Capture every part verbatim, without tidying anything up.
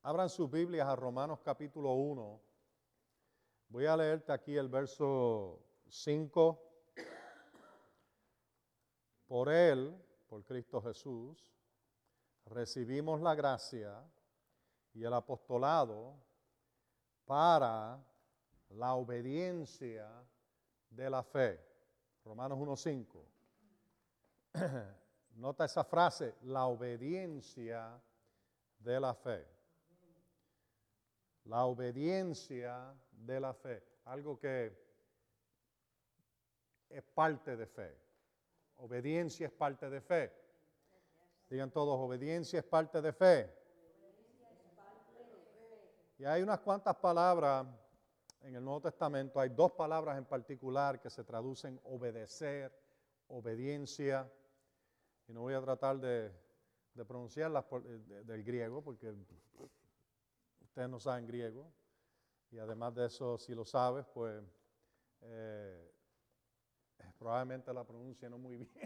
Abran sus Biblias a Romanos capítulo uno. Voy a leerte aquí el verso cinco. Por Él, por Cristo Jesús, recibimos la gracia y el apostolado para la obediencia de la fe. Romanos uno cinco. Nota esa frase, la obediencia de la fe. La obediencia de la fe. Algo que es parte de fe. Obediencia es parte de fe. Digan todos, obediencia es parte de fe. Y hay unas cuantas palabras en el Nuevo Testamento, hay dos palabras en particular que se traducen obedecer, obediencia, y no voy a tratar de, de pronunciarlas por, de, del griego, porque ustedes no saben griego, y además de eso, si lo sabes, pues eh, probablemente la pronuncie no muy bien,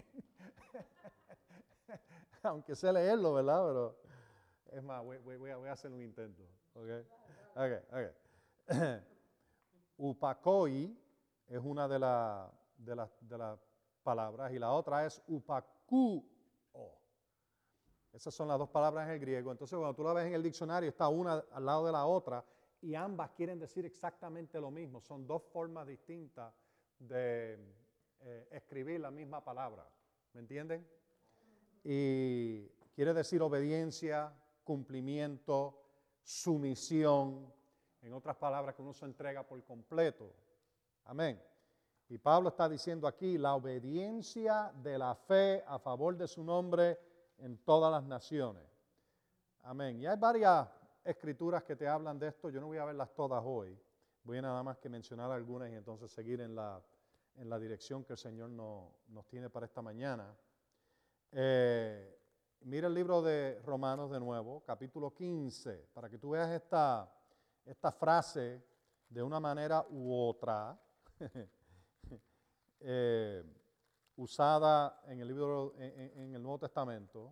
aunque sé leerlo, ¿verdad? Pero es más, voy, voy, voy, a, voy a hacer un intento, ¿ok? Ok, ok. Upakoi es una de las de la, de la palabras y la otra es upakuo. Esas son las dos palabras en el griego. Entonces, cuando tú la ves en el diccionario, está una al lado de la otra y ambas quieren decir exactamente lo mismo. Son dos formas distintas de eh, escribir la misma palabra. ¿Me entienden? Y quiere decir obediencia, cumplimiento, sumisión. En otras palabras, que uno se entrega por completo. Amén. Y Pablo está diciendo aquí la obediencia de la fe a favor de su nombre en todas las naciones. Amén. Y hay varias escrituras que te hablan de esto. Yo no voy a verlas todas hoy. Voy a nada más que mencionar algunas y entonces seguir en la, en la dirección que el Señor no, nos tiene para esta mañana. Eh, mira el libro de Romanos de nuevo, capítulo quince, para que tú veas esta, esta frase de una manera u otra. Eh, usada en el libro en, en el Nuevo Testamento.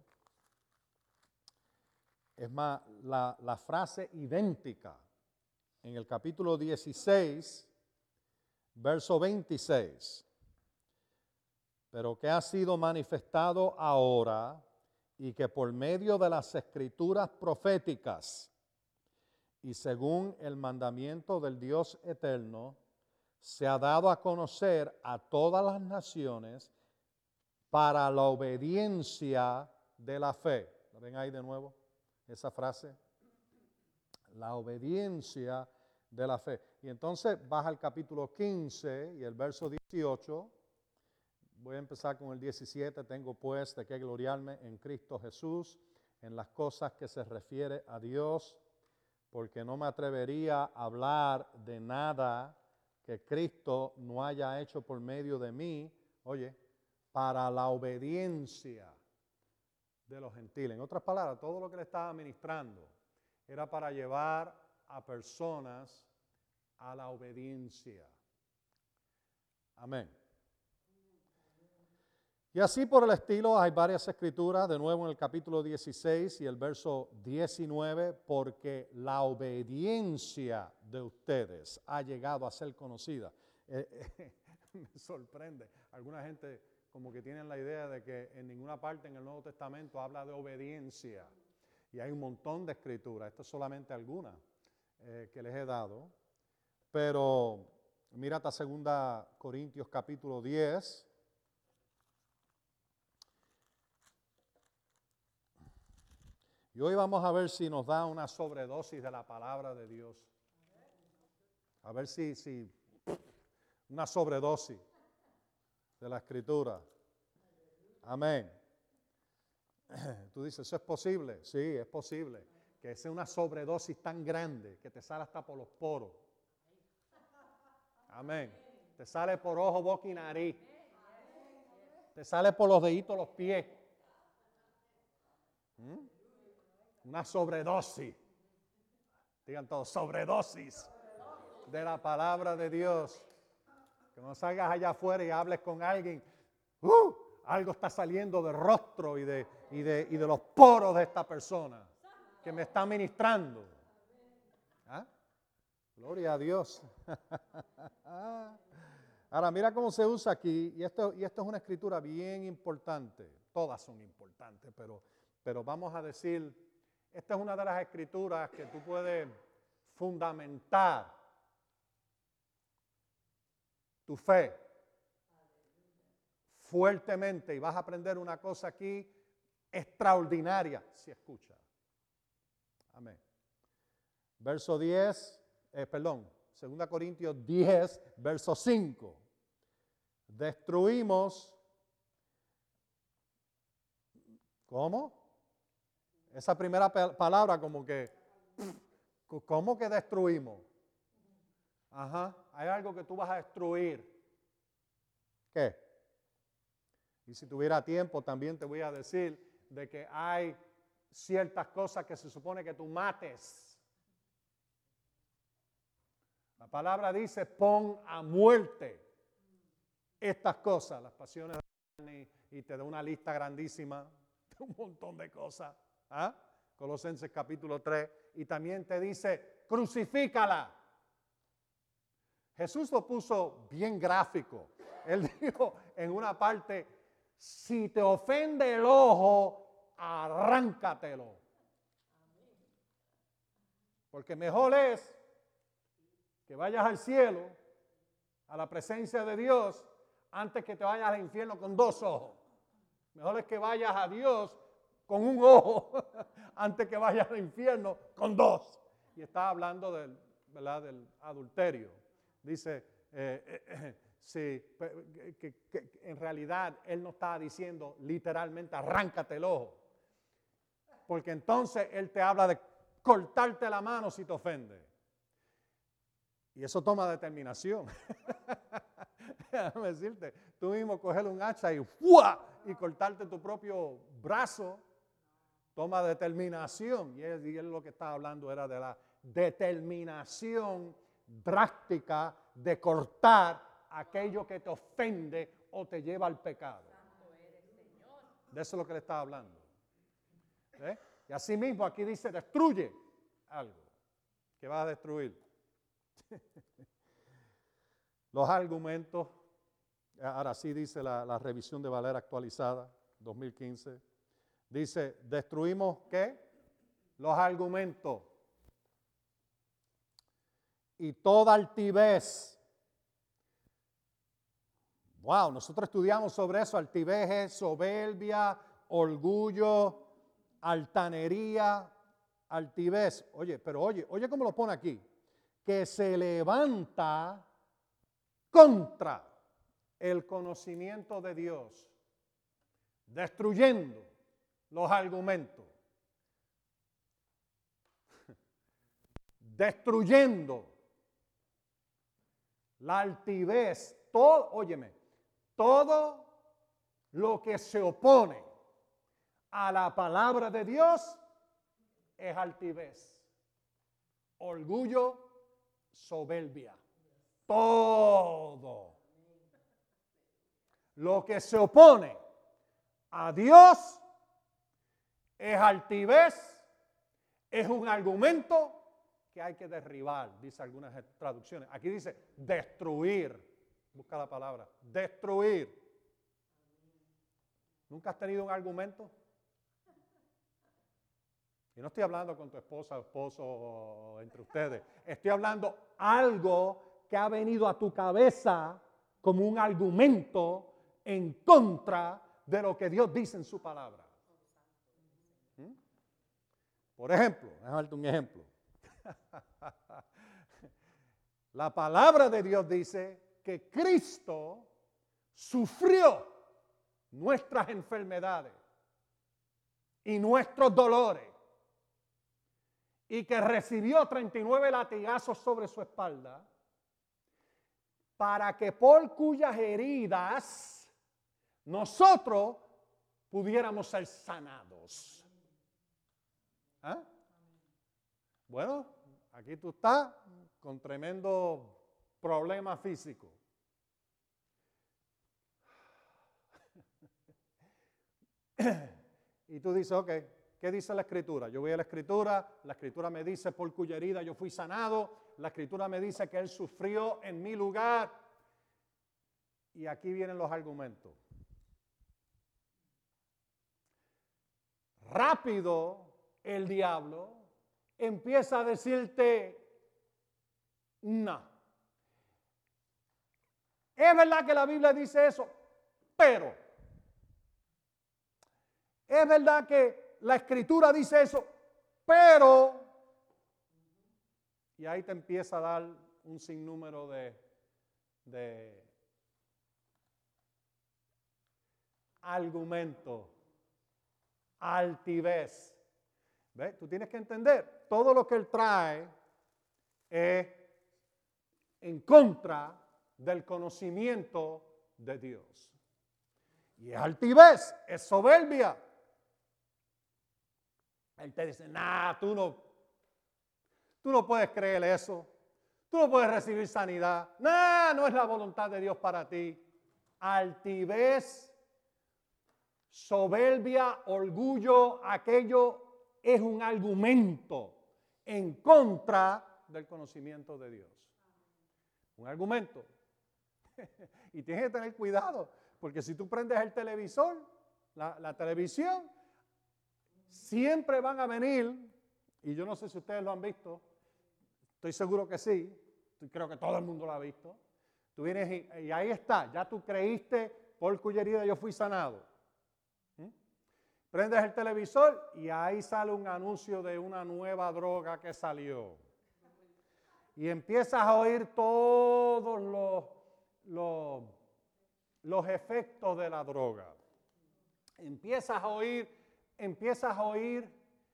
Es más, la, la frase idéntica en el capítulo dieciséis, verso veintiséis. Pero que ha sido manifestado ahora y que por medio de las escrituras proféticas y según el mandamiento del Dios eterno, se ha dado a conocer a todas las naciones para la obediencia de la fe. ¿La ven ahí de nuevo? Esa frase. La obediencia de la fe. Y entonces baja al capítulo quince y el verso dieciocho. Voy a empezar con el diecisiete. Tengo pues de qué gloriarme en Cristo Jesús, en las cosas que se refiere a Dios, porque no me atrevería a hablar de nada que Cristo no haya hecho por medio de mí, oye, para la obediencia de los gentiles. En otras palabras, todo lo que le estaba ministrando era para llevar a personas a la obediencia. Amén. Y así por el estilo hay varias escrituras, de nuevo en el capítulo dieciséis y el verso diecinueve, porque la obediencia de ustedes ha llegado a ser conocida. Eh, eh, me sorprende, alguna gente como que tienen la idea de que en ninguna parte en el Nuevo Testamento habla de obediencia. Y hay un montón de escrituras, esto es solamente algunas eh, que les he dado. Pero mira esta segunda Corintios capítulo diez. Y hoy vamos a ver si nos da una sobredosis de la palabra de Dios. A ver si, si una sobredosis de la Escritura. Amén. Tú dices, ¿eso es posible? Sí, es posible. Que sea una sobredosis tan grande que te sale hasta por los poros. Amén. Te sale por ojo, boca y nariz. Te sale por los deditos, los pies. ¿Mm? Una sobredosis. Digan todos, sobredosis de la palabra de Dios. Que no salgas allá afuera y hables con alguien. Uh, algo está saliendo del rostro y de, y, de, y de los poros de esta persona. que me está ministrando. ¿Ah? Gloria a Dios. Ahora mira cómo se usa aquí, y esto, y esto es una escritura bien importante. Todas son importantes, pero, pero vamos a decir, esta es una de las escrituras que tú puedes fundamentar tu fe fuertemente, y vas a aprender una cosa aquí extraordinaria si escuchas. Amén. Verso diez, eh, perdón, segunda Corintios diez, verso cinco. Destruimos, ¿cómo? Esa primera palabra como que, ¿cómo que destruimos? Ajá, hay algo que tú vas a destruir. ¿Qué? Y si tuviera tiempo también te voy a decir de que hay ciertas cosas que se supone que tú mates. La palabra dice, pon a muerte estas cosas, las pasiones de la carne, y te da una lista grandísima de un montón de cosas. ¿Ah? Colosenses capítulo tres, y también te dice, crucifícala. Jesús lo puso bien gráfico. Él dijo en una parte, si te ofende el ojo, arráncatelo. Porque mejor es que vayas al cielo, a la presencia de Dios, antes que te vayas al infierno con dos ojos. Mejor es que vayas a Dios con un ojo, antes que vayas al infierno con dos. Y está hablando del, ¿verdad?, del adulterio. Dice, eh, eh, eh, sí, que, que, que en realidad él no está diciendo literalmente arráncate el ojo. Porque entonces él te habla de cortarte la mano si te ofende. Y eso toma determinación. Déjame decirte, tú mismo coger un hacha y ¡fua! Y cortarte tu propio brazo, toma determinación. Y él, y él lo que estaba hablando era de la determinación drástica de cortar aquello que te ofende o te lleva al pecado. De eso es lo que le estaba hablando. ¿Eh? Y así mismo aquí dice, destruye algo. ¿Qué vas a destruir? Los argumentos, ahora sí dice la, la revisión de Valera actualizada, dos mil quince, dice, destruimos ¿qué? Los argumentos y toda altivez. Wow, nosotros estudiamos sobre eso, altivez es soberbia, orgullo, altanería, altivez. Oye, pero oye, oye cómo lo pone aquí. Que se levanta contra el conocimiento de Dios, destruyendo los argumentos, destruyendo la altivez, todo, óyeme, todo lo que se opone a la palabra de Dios es altivez, orgullo, soberbia. Todo lo que se opone a Dios es altivez, es un argumento que hay que derribar, dice algunas traducciones. Aquí dice destruir, busca la palabra, destruir. ¿Nunca has tenido un argumento? Y no estoy hablando con tu esposa o esposo o entre ustedes. Estoy hablando algo que ha venido a tu cabeza como un argumento en contra de lo que Dios dice en su palabra. ¿Mm? Por ejemplo, déjame darte un ejemplo. La palabra de Dios dice que Cristo sufrió nuestras enfermedades y nuestros dolores, y que recibió treinta y nueve latigazos sobre su espalda, para que por cuyas heridas nosotros pudiéramos ser sanados. ¿Ah? Bueno, aquí tú estás con tremendo problema físico. Y tú dices, ok, ¿qué ¿qué dice la Escritura? Yo voy a la Escritura, la Escritura me dice por cuya herida yo fui sanado, la Escritura me dice que Él sufrió en mi lugar. Y aquí vienen los argumentos. Rápido el diablo empieza a decirte, no. Es verdad que la Biblia dice eso, pero es verdad que la Escritura dice eso, pero, y ahí te empieza a dar un sinnúmero de, de argumentos, altivez. ¿Ves? Tú tienes que entender, todo lo que él trae es en contra del conocimiento de Dios. Y es altivez, es soberbia. Él te dice, nah, tú no, tú no puedes creer eso. Tú no puedes recibir sanidad. Nah, no es la voluntad de Dios para ti. Altivez, soberbia, orgullo, aquello es un argumento en contra del conocimiento de Dios. Un argumento. Y tienes que tener cuidado, porque si tú prendes el televisor, la, la televisión, siempre van a venir, y yo no sé si ustedes lo han visto, estoy seguro que sí, creo que todo el mundo lo ha visto. Tú vienes y, y ahí está, ya tú creíste, por cuya herida yo fui sanado. ¿Mm? Prendes el televisor y ahí sale un anuncio de una nueva droga que salió. Y empiezas a oír todos los, los, los efectos de la droga. Empiezas a oír, empiezas a oír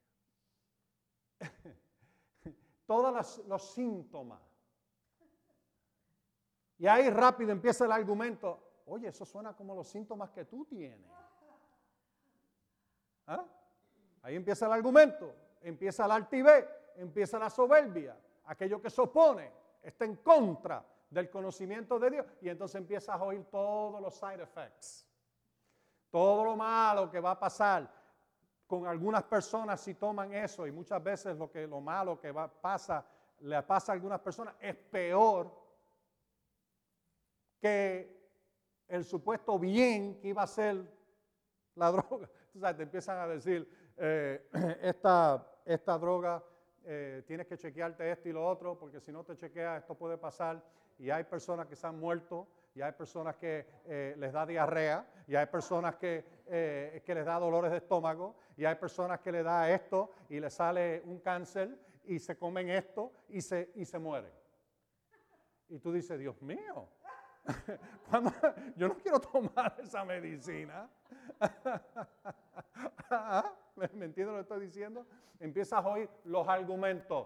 todos los, los síntomas. Y ahí rápido empieza el argumento. Oye, eso suena como los síntomas que tú tienes. ¿Ah? Ahí empieza el argumento, empieza la altivez, empieza la soberbia. Aquello que se opone está en contra del conocimiento de Dios. Y entonces empiezas a oír todos los side effects. Todo lo malo que va a pasar con algunas personas si toman eso. Y muchas veces lo, que, lo malo que va, pasa, le pasa a algunas personas es peor que el supuesto bien que iba a ser la droga. Tú sabes, te empiezan a decir, eh, esta, esta droga, eh, tienes que chequearte esto y lo otro, porque si no te chequeas esto puede pasar. Y hay personas que se han muerto, y hay personas que eh, les da diarrea, y hay personas que, eh, que les da dolores de estómago, y hay personas que les da esto y les sale un cáncer, y se comen esto y se, y se mueren. Y tú dices, Dios mío, cuando, yo no quiero tomar esa medicina. ¿Me entiendes lo que estoy diciendo? Empiezas a oír los argumentos.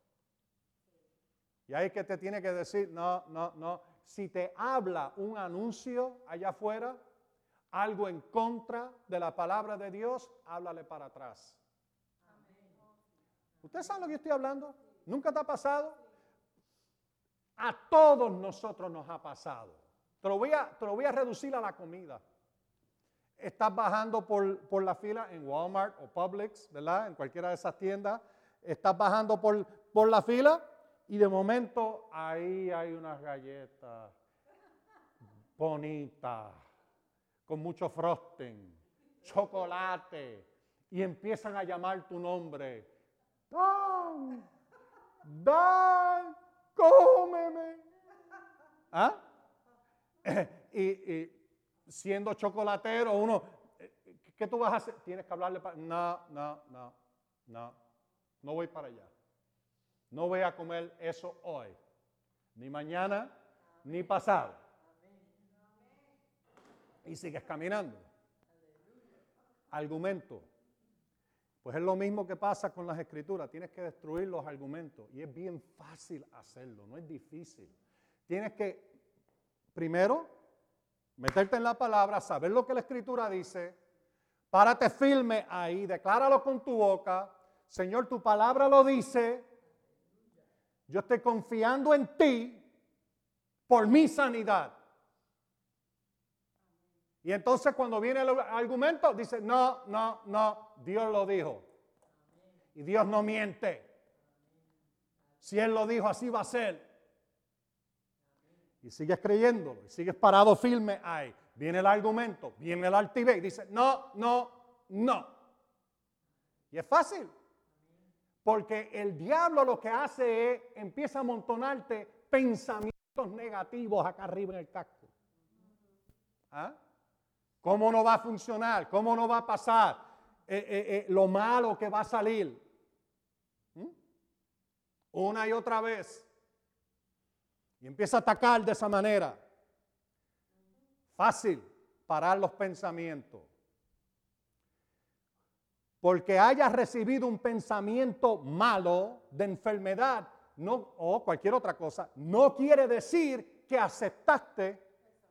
Y ahí que te tiene que decir, no, no, no. Si te habla un anuncio allá afuera, algo en contra de la palabra de Dios, háblale para atrás. ¿Ustedes saben lo que yo estoy hablando? ¿Nunca te ha pasado? A todos nosotros nos ha pasado. Te lo voy a, te lo voy a reducir a la comida. Estás bajando por, por la fila en Walmart o Publix, ¿verdad? En cualquiera de esas tiendas. Estás bajando por, por la fila y de momento ahí hay unas galletas bonitas, con mucho frosting, chocolate, y empiezan a llamar tu nombre. ¡Dan! ¡Dan! ¡Cómeme! ¿Ah? y, y siendo chocolatero, uno, ¿qué tú vas a hacer? Tienes que hablarle para... No, no, no, no, no voy para allá. No voy a comer eso hoy, ni mañana, ni pasado. Y sigues caminando. Argumento. Pues es lo mismo que pasa con las escrituras. Tienes que destruir los argumentos. Y es bien fácil hacerlo, no es difícil. Tienes que, primero, meterte en la palabra, saber lo que la escritura dice. Párate firme ahí, decláralo con tu boca. Señor, tu palabra lo dice. Yo estoy confiando en ti por mi sanidad. Y entonces cuando viene el argumento, dice, no, no, no, Dios lo dijo. Y Dios no miente. Si Él lo dijo, así va a ser. Y sigues creyéndolo, y sigues parado firme ahí. Viene el argumento, viene el altivez y dice, no, no, no. Y es fácil. Porque el diablo lo que hace es, empieza a amontonarte pensamientos negativos acá arriba en el casco. ¿Ah? ¿Cómo no va a funcionar? ¿Cómo no va a pasar? Eh, eh, eh, lo malo que va a salir. ¿Mm? Una y otra vez. Y empieza a atacar de esa manera. Fácil parar los pensamientos. Porque hayas recibido un pensamiento malo de enfermedad no, o cualquier otra cosa, no quiere decir que aceptaste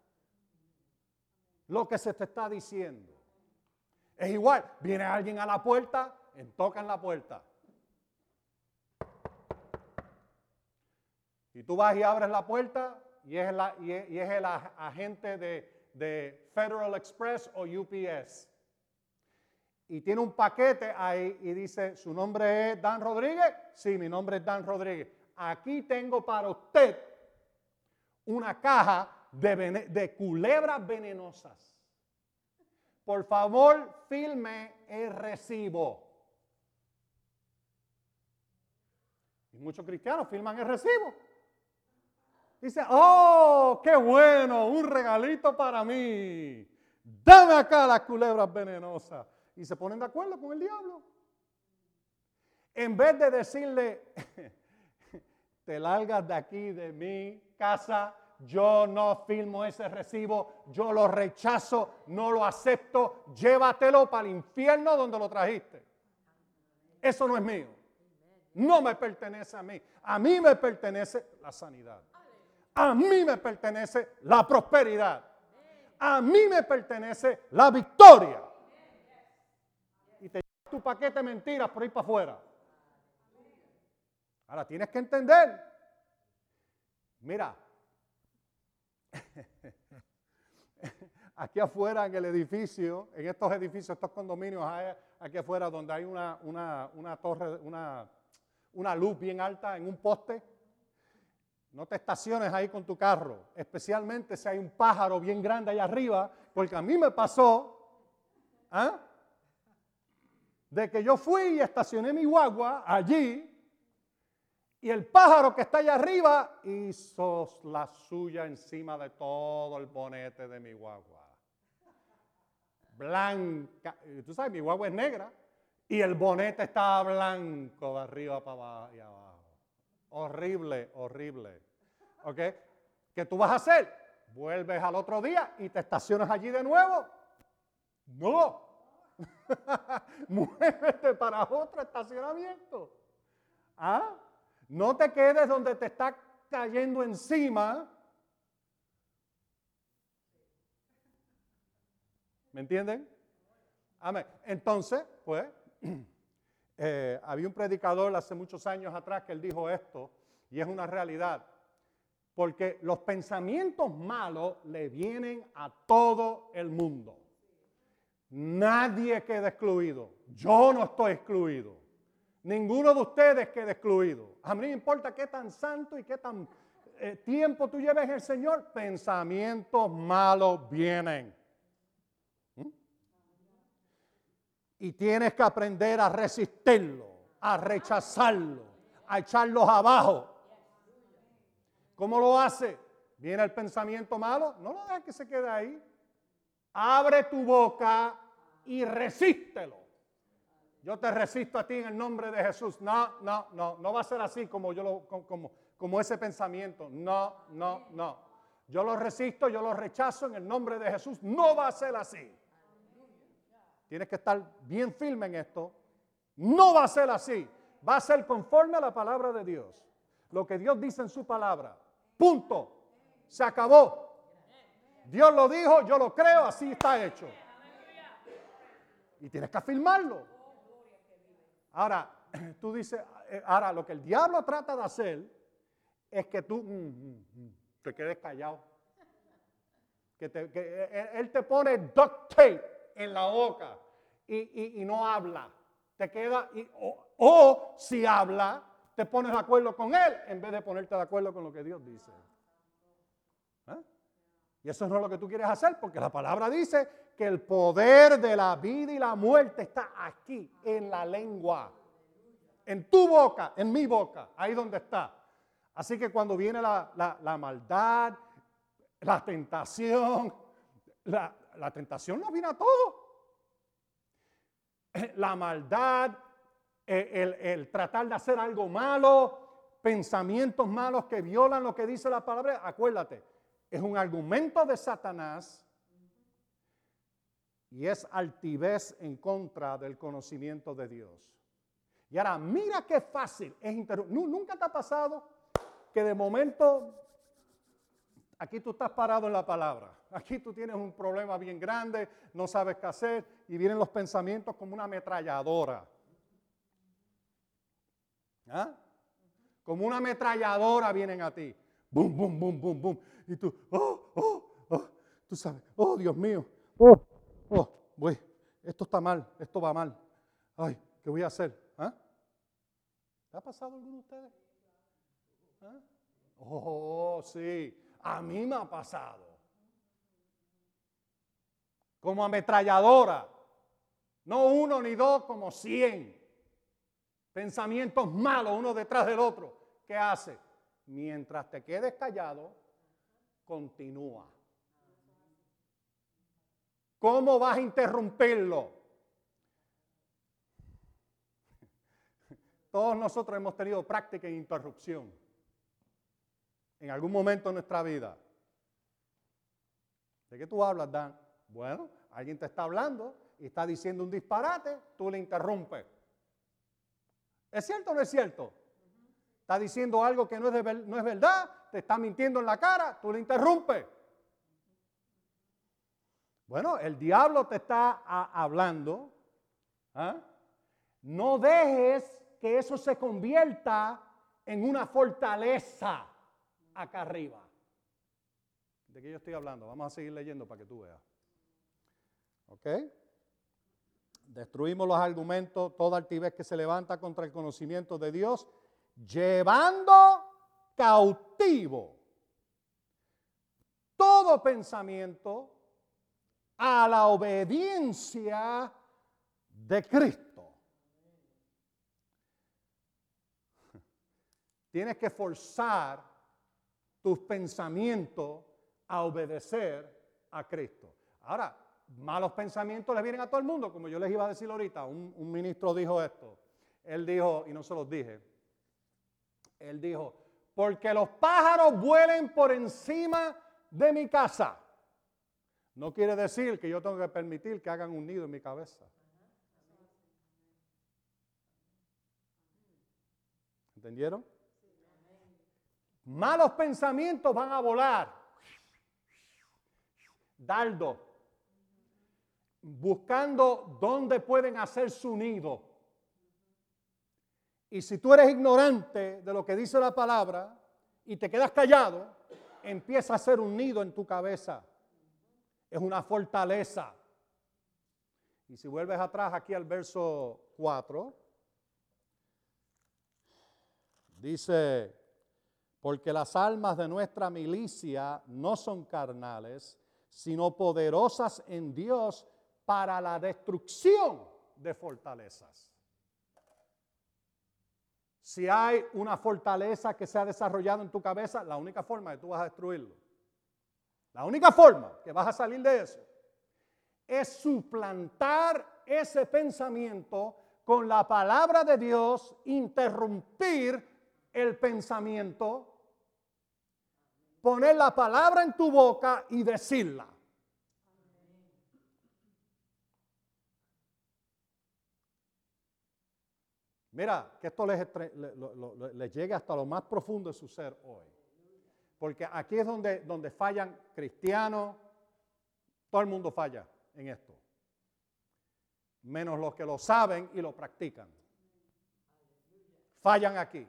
lo que se te está diciendo. Es igual, viene alguien a la puerta, tocan la puerta. Y tú vas y abres la puerta y es, la, y es, y es el agente de, de Federal Express o U P S. Y tiene un paquete ahí y dice, ¿su nombre es Dan Rodríguez? Sí, mi nombre es Dan Rodríguez. Aquí tengo para usted una caja de, vene, de culebras venenosas. Por favor, firme el recibo. Y muchos cristianos firman el recibo. Dice, oh, qué bueno, un regalito para mí. Dame acá las culebras venenosas. Y se ponen de acuerdo con el diablo. En vez de decirle, te largas de aquí, de mi casa, yo no firmo ese recibo, yo lo rechazo, no lo acepto, llévatelo para el infierno donde lo trajiste. Eso no es mío. No me pertenece a mí. A mí me pertenece la sanidad. A mí me pertenece la prosperidad. A mí me pertenece la victoria. Y te llevas tu paquete de mentiras por ahí para afuera. Ahora tienes que entender. Mira, aquí afuera en el edificio, en estos edificios, estos condominios, hay aquí afuera donde hay una, una, una torre, una, una luz bien alta en un poste. No te estaciones ahí con tu carro, especialmente si hay un pájaro bien grande allá arriba, porque a mí me pasó, ¿ah? De que yo fui y estacioné mi guagua allí y el pájaro que está allá arriba hizo la suya encima de todo el bonete de mi guagua. Blanca, tú sabes, mi guagua es negra y el bonete estaba blanco de arriba para abajo y abajo. Horrible, horrible. ¿Ok? ¿Qué tú vas a hacer? ¿Vuelves al otro día y te estacionas allí de nuevo? No. Muévete para otro estacionamiento. ¿Ah? No te quedes donde te está cayendo encima. ¿Me entienden? Amén. Entonces, pues, eh, había un predicador hace muchos años atrás que él dijo esto, y es una realidad. Porque los pensamientos malos le vienen a todo el mundo. Nadie queda excluido. Yo no estoy excluido. Ninguno de ustedes queda excluido. A mí no me importa qué tan santo y qué tan eh, tiempo tú lleves en el Señor. Pensamientos malos vienen. ¿Mm? Y tienes que aprender a resistirlo, a rechazarlo, a echarlos abajo. ¿Cómo lo hace? ¿Viene el pensamiento malo? No lo dejes que se quede ahí. Abre tu boca y resístelo. Yo te resisto a ti en el nombre de Jesús. No, no, no, no va a ser así como yo lo, como, como ese pensamiento. No, no, no. Yo lo resisto, yo lo rechazo en el nombre de Jesús. No va a ser así. Tienes que estar bien firme en esto. No va a ser así. Va a ser conforme a la palabra de Dios. Lo que Dios dice en su palabra. Punto. Se acabó. Dios lo dijo, yo lo creo, así está hecho. Y tienes que afirmarlo. Ahora, tú dices, ahora lo que el diablo trata de hacer es que tú mm, mm, mm, te quedes callado. Que, te, que él te pone duct tape en la boca y, y, y no habla. te queda, y, o, o si habla, te pones de acuerdo con él en vez de ponerte de acuerdo con lo que Dios dice. ¿Eh? Y eso no es lo que tú quieres hacer, porque la palabra dice que el poder de la vida y la muerte está aquí, en la lengua, en tu boca, en mi boca, ahí donde está. Así que cuando viene la, la, la maldad, la tentación, la, la tentación nos viene a todos. La maldad, el, el tratar de hacer algo malo, pensamientos malos que violan lo que dice la palabra, acuérdate, es un argumento de Satanás y es altivez en contra del conocimiento de Dios. Y ahora, mira qué fácil es interrumpir. ¿Nunca te ha pasado que de momento, aquí tú estás parado en la palabra, aquí tú tienes un problema bien grande, no sabes qué hacer y vienen los pensamientos como una ametralladora? ¿Ah? Como una ametralladora vienen a ti. Bum, bum, bum, bum, bum. Y tú, oh, oh, oh, tú sabes, oh, Dios mío, oh, oh, voy, esto está mal, esto va mal. Ay, ¿qué voy a hacer? ¿Ah? ¿Te ha pasado alguno de ustedes? ¿Ah? Oh, sí, a mí me ha pasado. Como ametralladora. No uno ni dos, como cien. Pensamientos malos uno detrás del otro. ¿Qué hace? Mientras te quedes callado, continúa. ¿Cómo vas a interrumpirlo? Todos nosotros hemos tenido práctica en interrupción en algún momento de nuestra vida. ¿De qué tú hablas, Dan? Bueno, alguien te está hablando y está diciendo un disparate, tú le interrumpes. ¿Es cierto o no es cierto? Está diciendo algo que no es, de, no es verdad, te está mintiendo en la cara, tú le interrumpes. Bueno, el diablo te está a, hablando. ¿Ah? No dejes que eso se convierta en una fortaleza acá arriba. ¿De qué yo estoy hablando? Vamos a seguir leyendo para que tú veas. ¿Ok? Destruimos los argumentos, toda altivez que se levanta contra el conocimiento de Dios, llevando cautivo todo pensamiento a la obediencia de Cristo. Tienes que forzar tus pensamientos a obedecer a Cristo. Ahora, malos pensamientos les vienen a todo el mundo, como yo les iba a decir ahorita. Un, un ministro dijo esto. Él dijo, y no se los dije, él dijo, porque los pájaros vuelen por encima de mi casa. No quiere decir que yo tengo que permitir que hagan un nido en mi cabeza. ¿Entendieron? Malos pensamientos van a volar. Dardo. Buscando dónde pueden hacer su nido. Y si tú eres ignorante de lo que dice la palabra y te quedas callado, empieza a hacer un nido en tu cabeza. Es una fortaleza. Y si vuelves atrás aquí al verso cuatro, dice, porque las almas de nuestra milicia no son carnales, sino poderosas en Dios para la destrucción de fortalezas. Si hay una fortaleza que se ha desarrollado en tu cabeza, la única forma que tú vas a destruirlo, la única forma que vas a salir de eso, es suplantar ese pensamiento con la palabra de Dios, interrumpir el pensamiento, poner la palabra en tu boca y decirla. Mira, que esto les, les, les, les llegue hasta lo más profundo de su ser hoy. Porque aquí es donde, donde fallan cristianos, todo el mundo falla en esto. Menos los que lo saben y lo practican. Fallan aquí.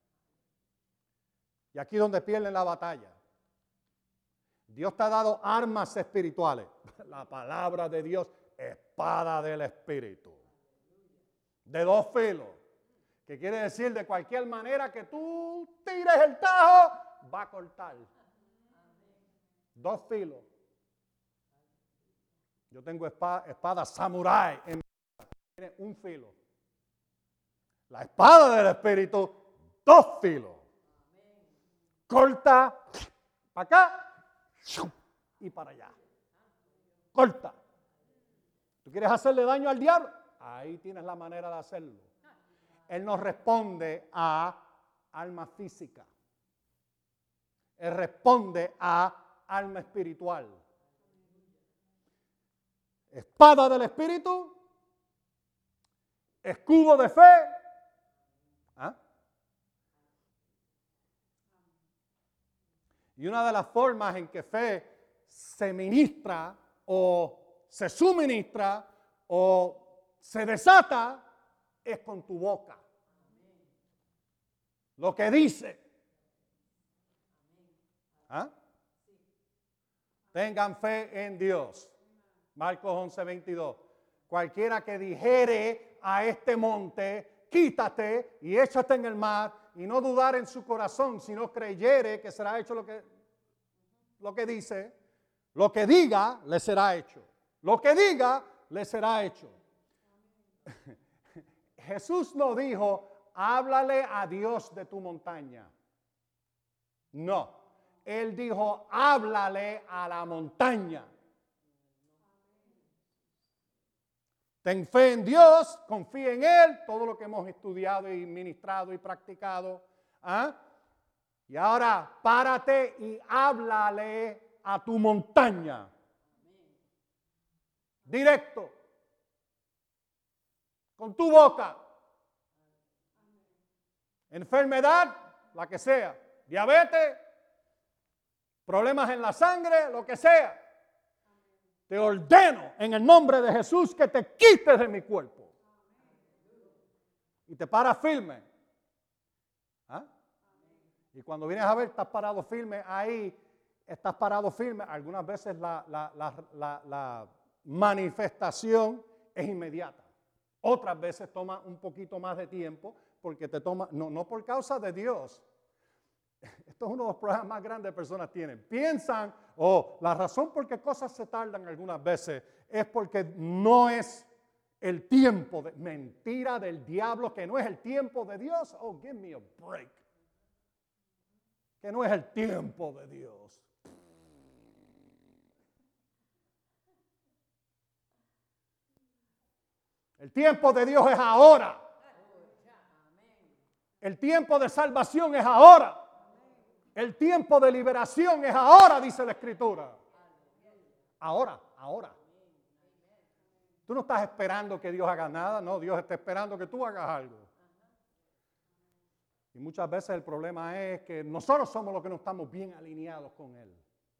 Y aquí es donde pierden la batalla. Dios te ha dado armas espirituales. La palabra de Dios, espada del Espíritu. de dos filos, que quiere decir de cualquier manera que tú tires el tajo, va a cortar. Dos filos. Yo tengo espada, espada samurái en mi casa, tiene un filo. La espada del Espíritu, dos filos. Corta para acá y para allá. Corta. ¿Tú quieres hacerle daño al diablo? Ahí tienes la manera de hacerlo. Él no responde a alma física. Él responde a alma espiritual. Espada del Espíritu, escudo de fe. ¿Ah? Y una de las formas en que fe se ministra o se suministra o se desata es con tu boca. Lo que dice. ¿Ah? Tengan fe en Dios. Marcos once, veintidós. Cualquiera que dijere a este monte, quítate y échate en el mar, y no dudar en su corazón, sino creyere que será hecho lo que, lo que dice, lo que diga, le será hecho. Lo que diga, le será hecho. Jesús no dijo, háblale a Dios de tu montaña. No. Él dijo, háblale a la montaña. Ten fe en Dios, confía en Él, todo lo que hemos estudiado y ministrado y practicado. ¿Ah? Y ahora párate y háblale a tu montaña. Directo. Con tu boca. Enfermedad, la que sea. Diabetes, problemas en la sangre, lo que sea. Te ordeno en el nombre de Jesús que te quites de mi cuerpo. Y te paras firme. ¿Ah? Y cuando vienes a ver, estás parado firme ahí, estás parado firme. Algunas veces la, la, la, la, la manifestación es inmediata. Otras veces toma un poquito más de tiempo porque te toma, no, no por causa de Dios. Esto es uno de los problemas más grandes que personas tienen. Piensan, oh, la razón por qué cosas se tardan algunas veces es porque no es el tiempo de mentira del diablo, que no es el tiempo de Dios. Oh, give me a break. Que no es el tiempo de Dios. El tiempo de Dios es ahora. El tiempo de salvación es ahora. El tiempo de liberación es ahora, dice la Escritura. Ahora, ahora. Tú no estás esperando que Dios haga nada, no, Dios está esperando que tú hagas algo. Y muchas veces el problema es que nosotros somos los que no estamos bien alineados con Él.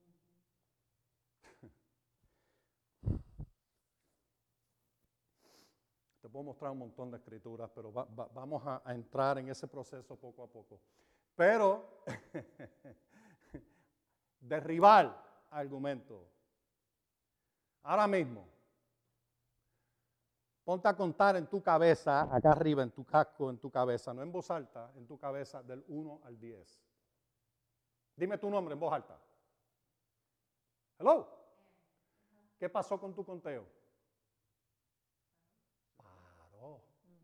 Te puedo mostrar un montón de escrituras, pero va, va, vamos a, a entrar en ese proceso poco a poco. Pero, derribar argumentos. Ahora mismo, ponte a contar en tu cabeza, acá arriba, en tu casco, en tu cabeza, no en voz alta, en tu cabeza, del uno al diez. Dime tu nombre en voz alta. Hello. ¿Qué pasó con tu conteo? Paró.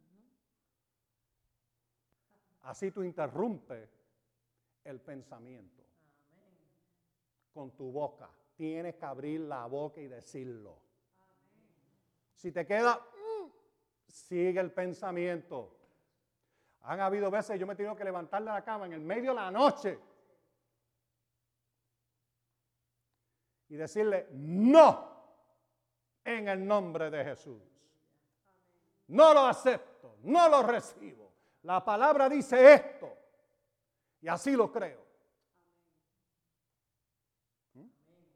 Así tú interrumpes el pensamiento. Con tu boca. Tienes que abrir la boca y decirlo. Si te queda, mm, sigue el pensamiento. Han habido veces, yo me he tenido que levantar de la cama en el medio de la noche y decirle, no, en el nombre de Jesús. No lo acepto, no lo recibo. La palabra dice esto y así lo creo. ¿Mm?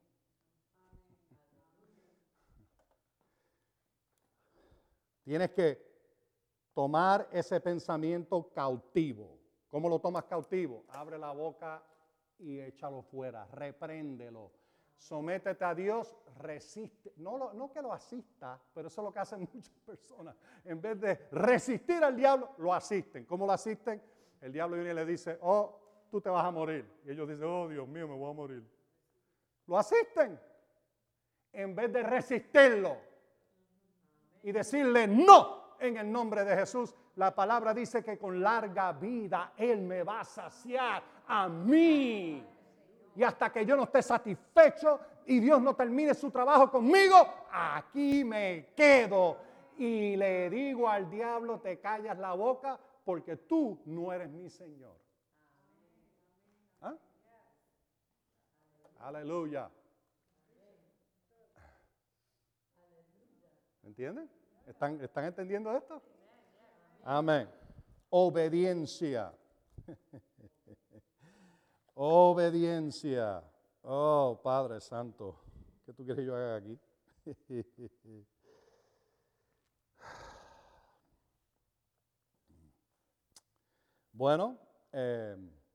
Tienes que tomar ese pensamiento cautivo. ¿Cómo lo tomas cautivo? Abre la boca y échalo fuera, repréndelo. Sométete a Dios, resiste. No, lo, no que lo asista, pero eso es lo que hacen muchas personas. En vez de resistir al diablo, lo asisten. ¿Cómo lo asisten? El diablo viene y le dice, oh, tú te vas a morir. Y ellos dicen, oh, Dios mío, me voy a morir. Lo asisten. En vez de resistirlo y decirle no en el nombre de Jesús, la palabra dice que con larga vida Él me va a saciar a mí. Y hasta que yo no esté satisfecho y Dios no termine su trabajo conmigo, aquí me quedo. Y le digo al diablo, te callas la boca porque tú no eres mi Señor. ¿Ah? Aleluya. ¿Me entienden? ¿Están, ¿Están entendiendo esto? Amén. Obediencia. Obediencia. Oh, Padre Santo, ¿qué tú quieres que yo haga aquí? Bueno, eh,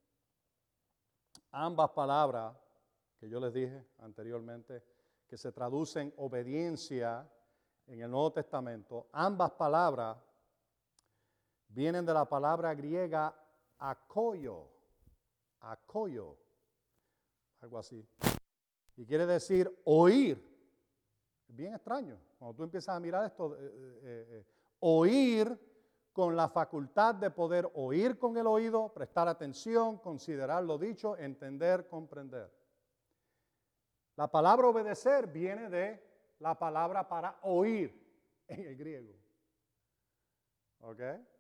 ambas palabras que yo les dije anteriormente, que se traducen obediencia en el Nuevo Testamento, ambas palabras vienen de la palabra griega akoyo. Akoyo, algo así. Y quiere decir oír. Es bien extraño. Cuando tú empiezas a mirar esto, eh, eh, eh, oír con la facultad de poder oír con el oído, prestar atención, considerar lo dicho, entender, comprender. La palabra obedecer viene de la palabra para oír en el griego. ¿Ok?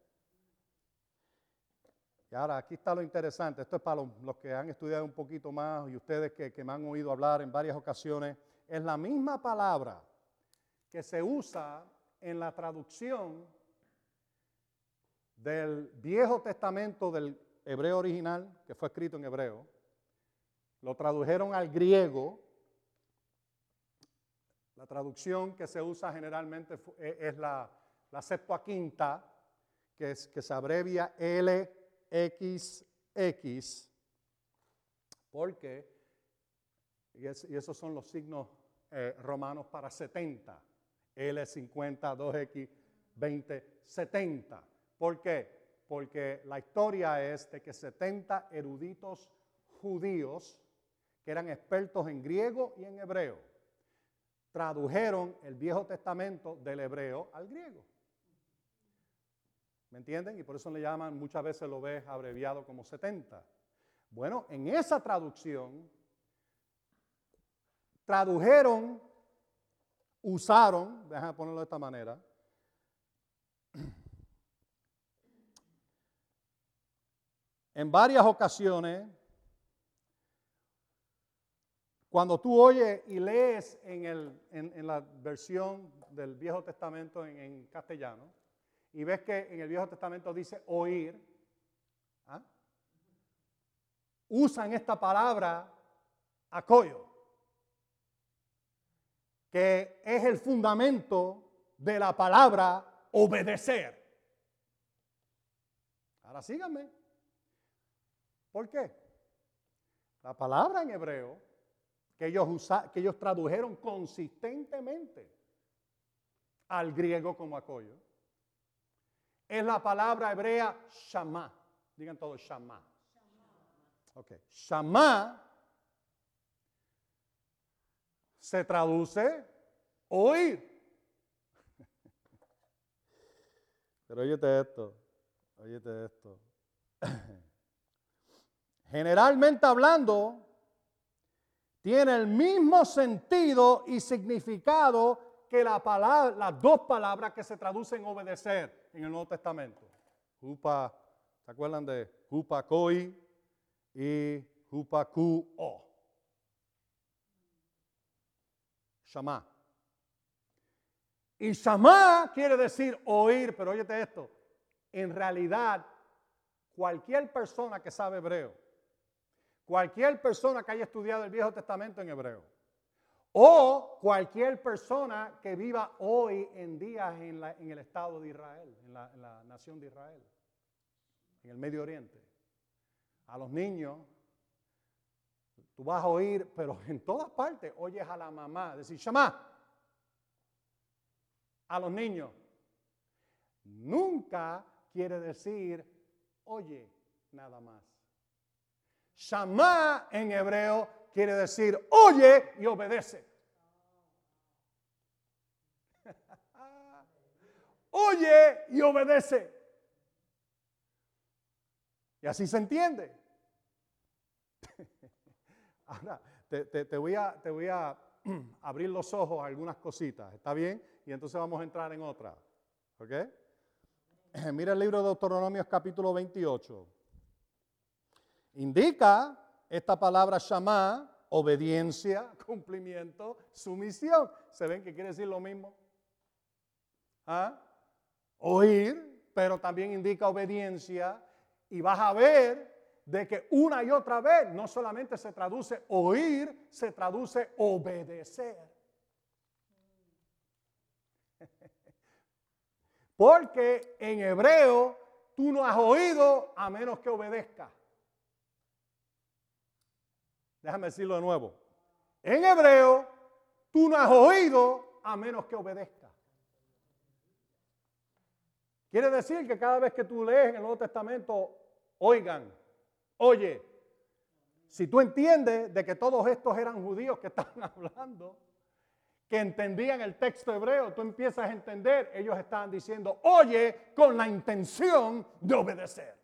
Y ahora, aquí está lo interesante. Esto es para los, los que han estudiado un poquito más y ustedes que, que me han oído hablar en varias ocasiones. Es la misma palabra que se usa en la traducción del Viejo Testamento del hebreo original, que fue escrito en hebreo. Lo tradujeron al griego. La traducción que se usa generalmente es la, la Septuaginta, que, es, que se abrevia L X X, porque, y, es, y esos son los signos eh, romanos para setenta, L cincuenta, dos X, veinte, setenta. ¿Por qué? Porque la historia es de que setenta eruditos judíos, que eran expertos en griego y en hebreo, tradujeron el Viejo Testamento del hebreo al griego. ¿Me entienden? Y por eso le llaman, muchas veces lo ves abreviado como setenta. Bueno, en esa traducción, tradujeron, usaron, déjame ponerlo de esta manera, en varias ocasiones, cuando tú oyes y lees en, el, en, en la versión del Viejo Testamento en, en castellano, y ves que en el Viejo Testamento dice oír, ¿ah? Usan esta palabra akoyo, que es el fundamento de la palabra obedecer. Ahora síganme. ¿Por qué? La palabra en hebreo que ellos, usa, que ellos tradujeron consistentemente al griego como akoyo, es la palabra hebrea shama. Digan todos shama. Ok. Shama se traduce oír. Pero óyete esto. Óyete esto. Generalmente hablando, tiene el mismo sentido y significado que la palabra, las dos palabras que se traducen obedecer en el Nuevo Testamento. Hupa, ¿se acuerdan de hupakoi y hupakuo? Shama. Y shama quiere decir oír, pero óyete esto. En realidad, cualquier persona que sabe hebreo, cualquier persona que haya estudiado el Viejo Testamento en hebreo, o cualquier persona que viva hoy en día en, la, en el Estado de Israel, en la, en la nación de Israel, en el Medio Oriente. A los niños Tú vas a oír, pero en todas partes oyes a la mamá decir, Shama, a los niños. Nunca quiere decir, oye, nada más. Shama en hebreo quiere decir, oye y obedece. Oye y obedece. Y así se entiende. Ahora, te, te, te, voy a, te voy a abrir los ojos a algunas cositas, ¿está bien? Y entonces vamos a entrar en otra, ¿ok? Mira el libro de Deuteronomios capítulo veintiocho. Indica esta palabra Shama, obediencia, cumplimiento, sumisión. ¿Se ven que quiere decir lo mismo? ¿Ah? Oír, pero también indica obediencia. Y vas a ver de que una y otra vez no solamente se traduce oír, se traduce obedecer. Porque en hebreo tú no has oído a menos que obedezcas. Déjame decirlo de nuevo. En hebreo tú no has oído a menos que obedezcas. Quiere decir que cada vez que tú lees en el Nuevo Testamento, oigan, oye, si tú entiendes de que todos estos eran judíos que estaban hablando, que entendían el texto hebreo, tú empiezas a entender, ellos estaban diciendo, oye, con la intención de obedecer.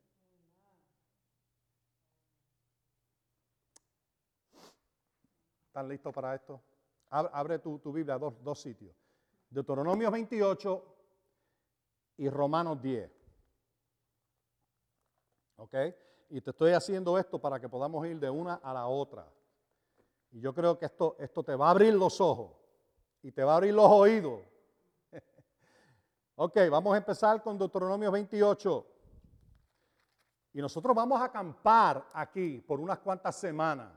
¿Están listos para esto? Abre tu, tu Biblia a dos, dos sitios. Deuteronomio veintiocho y Romanos diez. ¿Ok? Y te estoy haciendo esto para que podamos ir de una a la otra. Y yo creo que esto, esto te va a abrir los ojos y te va a abrir los oídos. Ok, vamos a empezar con Deuteronomio veintiocho. Y nosotros vamos a acampar aquí por unas cuantas semanas.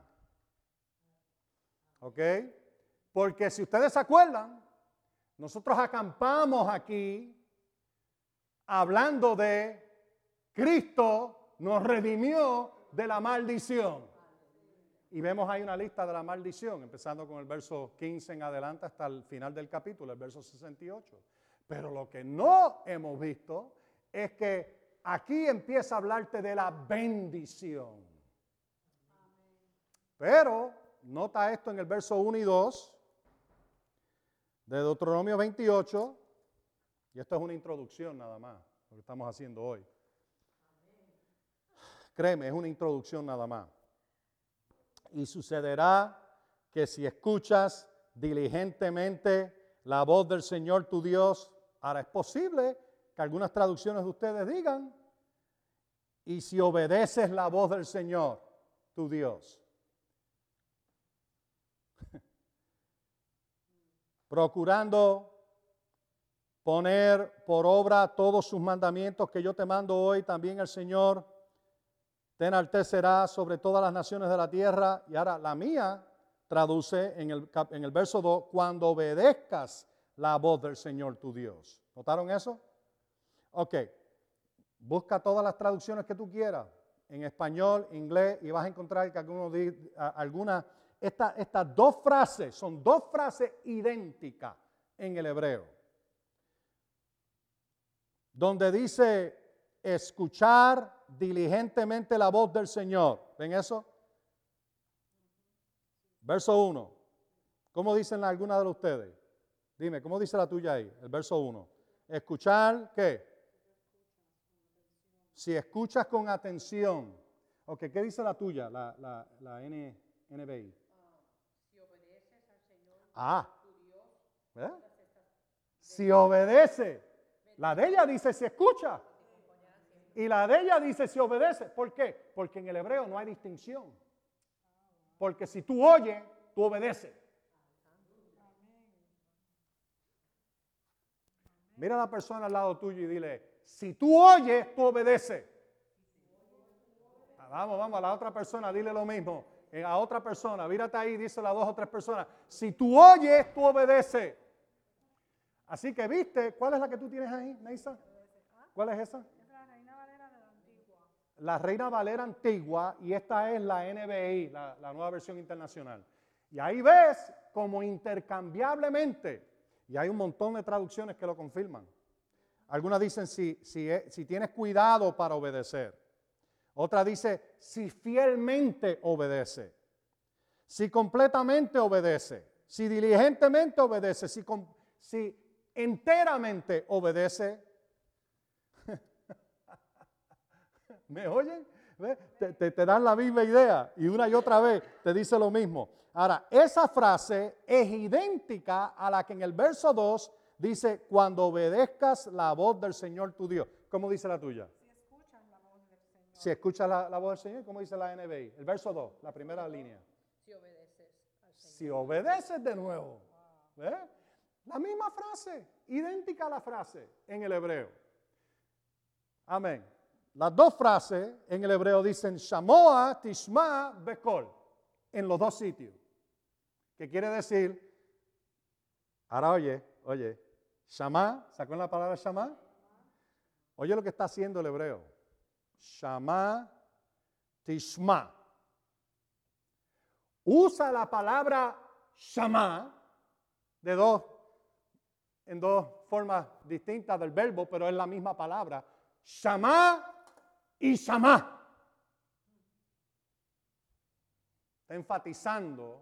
¿Ok? Porque si ustedes se acuerdan, nosotros acampamos aquí hablando de Cristo nos redimió de la maldición. Y vemos ahí una lista de la maldición, empezando con el verso quince en adelante hasta el final del capítulo, el verso sesenta y ocho. Pero lo que no hemos visto es que aquí empieza a hablarte de la bendición. Pero nota esto en el verso uno y dos de Deuteronomio veintiocho, y esto es una introducción nada más, lo que estamos haciendo hoy. Créeme, es una introducción nada más. Y sucederá que si escuchas diligentemente la voz del Señor tu Dios, ahora es posible que algunas traducciones de ustedes digan, y si obedeces la voz del Señor tu Dios, procurando poner por obra todos sus mandamientos que yo te mando hoy, también el Señor te enaltecerá sobre todas las naciones de la tierra. Y ahora la mía traduce en el, en el verso dos, cuando obedezcas la voz del Señor tu Dios. ¿Notaron eso? Ok, busca todas las traducciones que tú quieras, en español, inglés, y vas a encontrar que algunos, algunas, esta, estas dos frases, son dos frases idénticas en el hebreo. Donde dice, escuchar diligentemente la voz del Señor. ¿Ven eso? Verso uno. ¿Cómo dicen algunas de ustedes? Dime, ¿cómo dice la tuya ahí? El verso uno. Escuchar, ¿qué? Si escuchas con atención. Ok, ¿qué dice la tuya? La, la, la N, N B I. Uh, si obedeces al Señor, ah, tu Dios, ¿eh? Si obedece. La de ella dice si escucha. Y la de ella dice si obedece. ¿Por qué? Porque en el hebreo no hay distinción. Porque si tú oyes, tú obedeces. Mira a la persona al lado tuyo y dile, si tú oyes, tú obedeces. Vamos, vamos, a la otra persona, dile lo mismo. A otra persona, mírate ahí, díselo a dos o tres personas. Si tú oyes, tú obedeces. Así que, ¿viste? ¿Cuál es la que tú tienes ahí, Neisa? ¿Cuál es esa? Es la Reina Valera de la Antigua. la Reina Valera antigua y esta es la N B I, la, la nueva versión internacional. Y ahí ves como intercambiablemente, y hay un montón de traducciones que lo confirman. Algunas dicen si, si, si tienes cuidado para obedecer. Otra dice si fielmente obedece. Si completamente obedece. Si diligentemente obedece. Si, si enteramente obedece. ¿Me oyen? Te, te, te dan la misma idea y una y otra vez te dice lo mismo. Ahora, esa frase es idéntica a la que en el verso dos dice, cuando obedezcas la voz del Señor tu Dios. ¿Cómo dice la tuya? Si escuchas la voz del Señor. Si escuchas la, la voz del Señor, ¿cómo dice la N B I? El verso dos, la primera línea. Si obedeces al Señor. Si obedeces de nuevo. ¿Ve? La misma frase, idéntica a la frase en el hebreo. Amén. Las dos frases en el hebreo dicen Shamoa, Tishma, Bekol, en los dos sitios. ¿Qué quiere decir? Ahora oye, oye, Shama, ¿sacó la palabra Shama? Oye lo que está haciendo el hebreo. Shama, Tishma. Usa la palabra Shama de dos, en dos formas distintas del verbo, pero es la misma palabra. Shama y Shama. Está enfatizando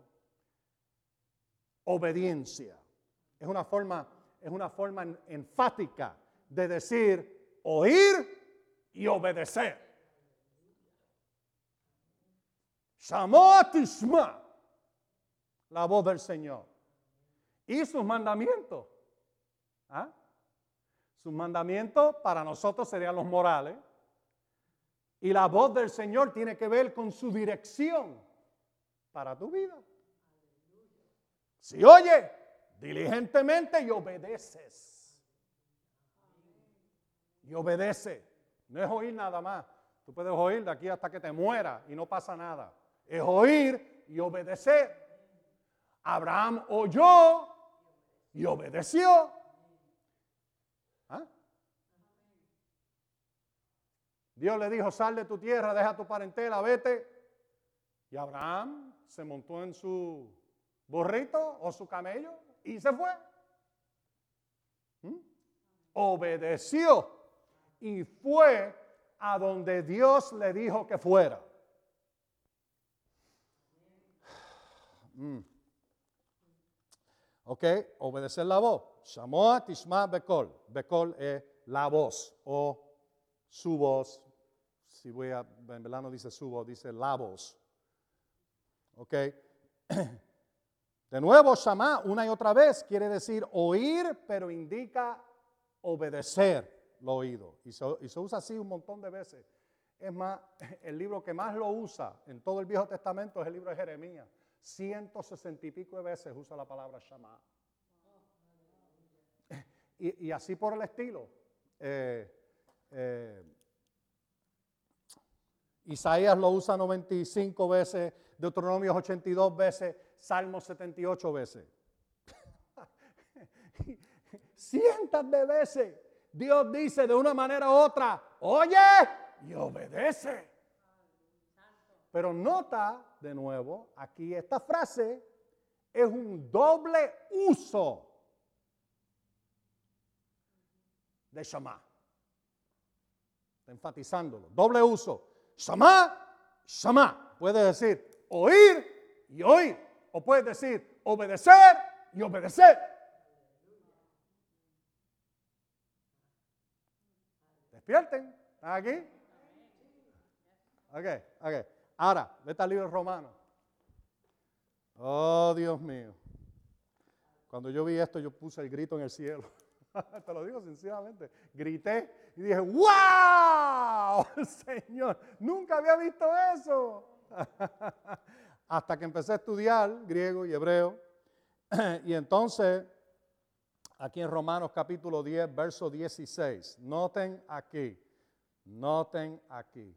obediencia. Es una forma, es una forma enfática de decir oír y obedecer. Shama tishma, la voz del Señor. Y sus mandamientos. ¿Ah? Sus mandamientos para nosotros serían los morales. Y la voz del Señor tiene que ver con su dirección para tu vida. Si oye diligentemente y obedeces. Y obedece. No es oír nada más. Tú puedes oír de aquí hasta que te mueras y no pasa nada. Es oír y obedecer. Abraham oyó y obedeció. ¿Ah? Dios le dijo, sal de tu tierra, deja tu parentela, vete. Y Abraham se montó en su burrito o su camello y se fue. ¿Mm? Obedeció y fue a donde Dios le dijo que fuera. Mm. Ok, obedecer la voz. Shamoa, Tishma, Bekol. Bekol es la voz o su voz. Si voy a, en verdad no dice su voz, dice la voz. Ok. De nuevo, Shama, una y otra vez, quiere decir oír, pero indica obedecer lo oído. Y se, y se usa así un montón de veces. Es más, el libro que más lo usa en todo el Viejo Testamento es el libro de Jeremías. ciento sesenta y pico de veces usa la palabra Shama. Y, y así por el estilo. Eh, eh, Isaías lo usa noventa y cinco veces, Deuteronomio ochenta y dos veces, Salmos setenta y ocho veces. Cientos de veces Dios dice de una manera u otra, oye y obedece. Pero nota de nuevo, aquí esta frase es un doble uso de Shama. Está enfatizándolo. Doble uso. Shama, Shama. Puedes decir oír y oír. O puedes decir obedecer y obedecer. Despierten. ¿Están aquí? Ok, ok. Ahora, vete al libro de Romanos. Oh, Dios mío. Cuando yo vi esto, yo puse el grito en el cielo. Te lo digo sinceramente. Grité y dije, ¡wow! Señor, nunca había visto eso. Hasta que empecé a estudiar griego y hebreo. Y entonces, aquí en Romanos capítulo diez, verso dieciséis. Noten aquí. Noten aquí.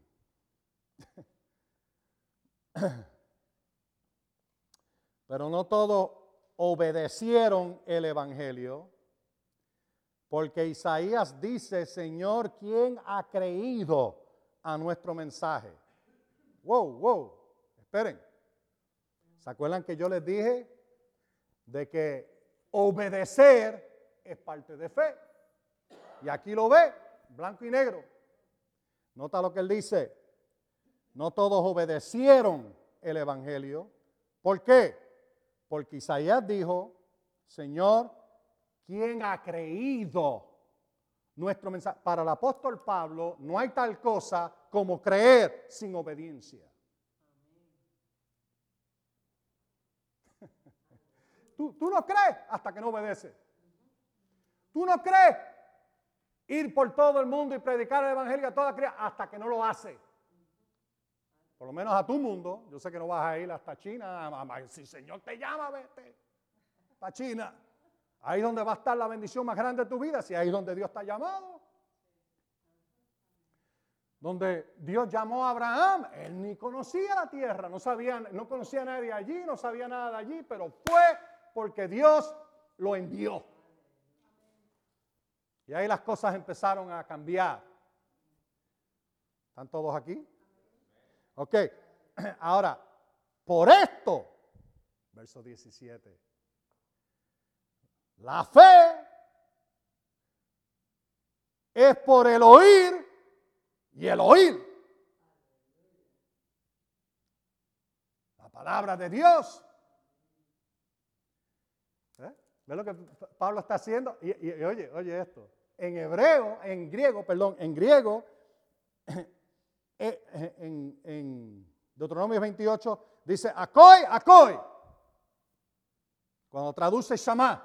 Pero no todos obedecieron el evangelio, porque Isaías dice, Señor, ¿quién ha creído a nuestro mensaje. Wow, wow, esperen. ¿Se acuerdan que yo les dije de que obedecer es parte de fe? Y aquí lo ve, blanco y negro. Nota lo que él dice. No todos obedecieron el evangelio. ¿Por qué? Porque Isaías dijo, Señor, ¿quién ha creído nuestro mensaje? Para el apóstol Pablo no hay tal cosa como creer sin obediencia. ¿Tú, tú no crees hasta que no obedeces? ¿Tú no crees ir por todo el mundo y predicar el evangelio a toda criatura hasta que no lo hace? Por lo menos a tu mundo. Yo sé que no vas a ir hasta China. Si el Señor te llama, vete para China. Ahí es donde va a estar la bendición más grande de tu vida, si ahí es donde Dios te ha llamado. Donde Dios llamó a Abraham, él ni conocía la tierra, no sabía, no conocía a nadie allí, no sabía nada de allí, pero fue porque Dios lo envió. Y ahí las cosas empezaron a cambiar. ¿Están todos aquí? Ok, ahora, por esto, verso diecisiete, la fe es por el oír y el oír la palabra de Dios. ¿Eh? ¿Ves lo que Pablo está haciendo? Y, y, y oye, oye esto. En hebreo, en griego, perdón, en griego, en, en Deuteronomio veintiocho dice akoi, akoi. Cuando traduce shamá.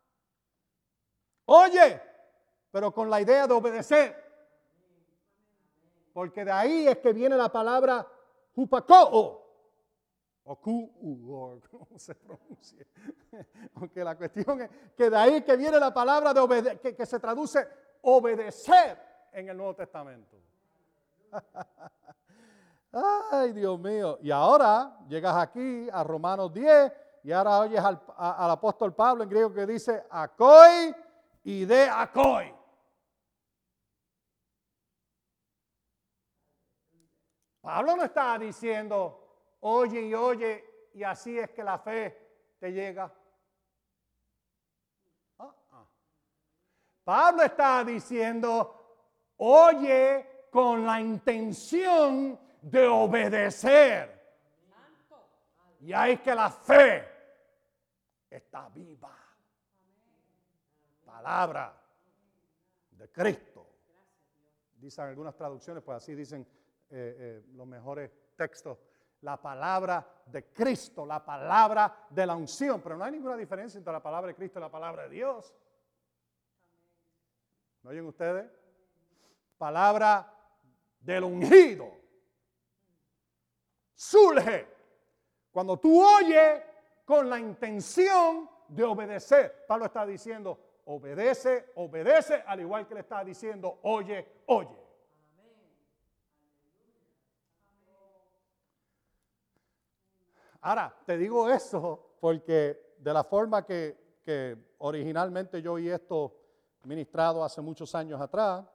Oye, pero con la idea de obedecer. Porque de ahí es que viene la palabra hupakoo. O ku, o cómo se pronuncia. Aunque la cuestión es que de ahí es que viene la palabra de obede- que, que se traduce obedecer en el Nuevo Testamento. Ay, Dios mío. Y ahora llegas aquí a Romanos diez y ahora oyes al, a, al apóstol Pablo en griego que dice akoi y de akoi. Pablo no está diciendo oye y oye y así es que la fe te llega. Ah, ah. Pablo está diciendo oye con la intención de obedecer. Y ahí es que la fe está viva. Palabra de Cristo. Dicen algunas traducciones, pues así dicen eh, eh, los mejores textos. La palabra de Cristo, la palabra de la unción. Pero no hay ninguna diferencia entre la palabra de Cristo y la palabra de Dios. ¿No oyen ustedes? Palabra del ungido. Surge cuando tú oyes con la intención de obedecer. Pablo está diciendo, obedece, obedece, al igual que le está diciendo, oye, oye. Ahora, te digo eso porque de la forma que, que originalmente yo oí esto ministrado hace muchos años atrás,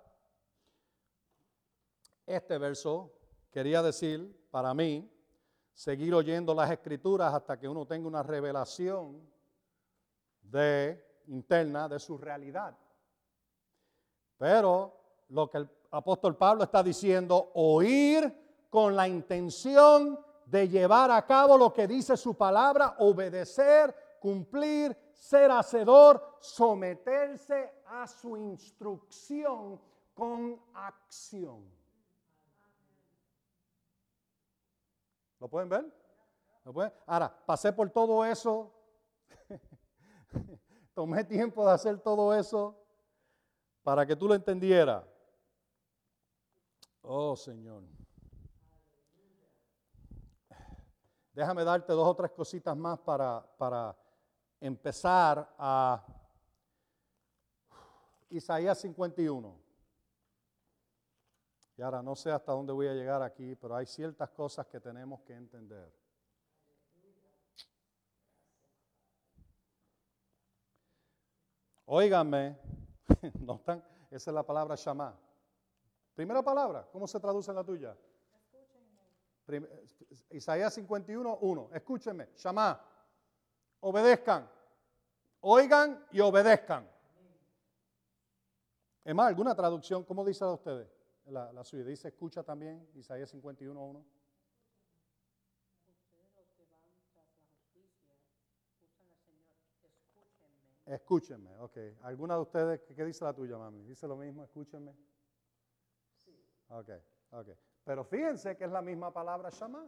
este verso quería decir, para mí, seguir oyendo las escrituras hasta que uno tenga una revelación de, interna de su realidad. Pero lo que el apóstol Pablo está diciendo, oír con la intención de llevar a cabo lo que dice su palabra, obedecer, cumplir, ser hacedor, someterse a su instrucción con acción. ¿Lo pueden ver? ¿Lo pueden? Ahora, pasé por todo eso, tomé tiempo de hacer todo eso para que tú lo entendieras. Oh, Señor. Déjame darte dos o tres cositas más para, para empezar a Isaías cincuenta y uno. Y ahora no sé hasta dónde voy a llegar aquí, pero hay ciertas cosas que tenemos que entender. Óiganme, no están, esa es la palabra shamá. Primera palabra, ¿cómo se traduce en la tuya? Prim- Isaías cincuenta y uno, uno. Escúchenme, Shamá, obedezcan, oigan y obedezcan. Es más, alguna traducción, ¿cómo dice a ustedes? La, la suya dice, escucha también, Isaías cincuenta y uno, uno. Escúchenme, ok. ¿Alguna de ustedes, qué, qué dice la tuya, mami? ¿Dice lo mismo, escúchenme? Sí. Ok, ok. Pero fíjense que es la misma palabra Shamá.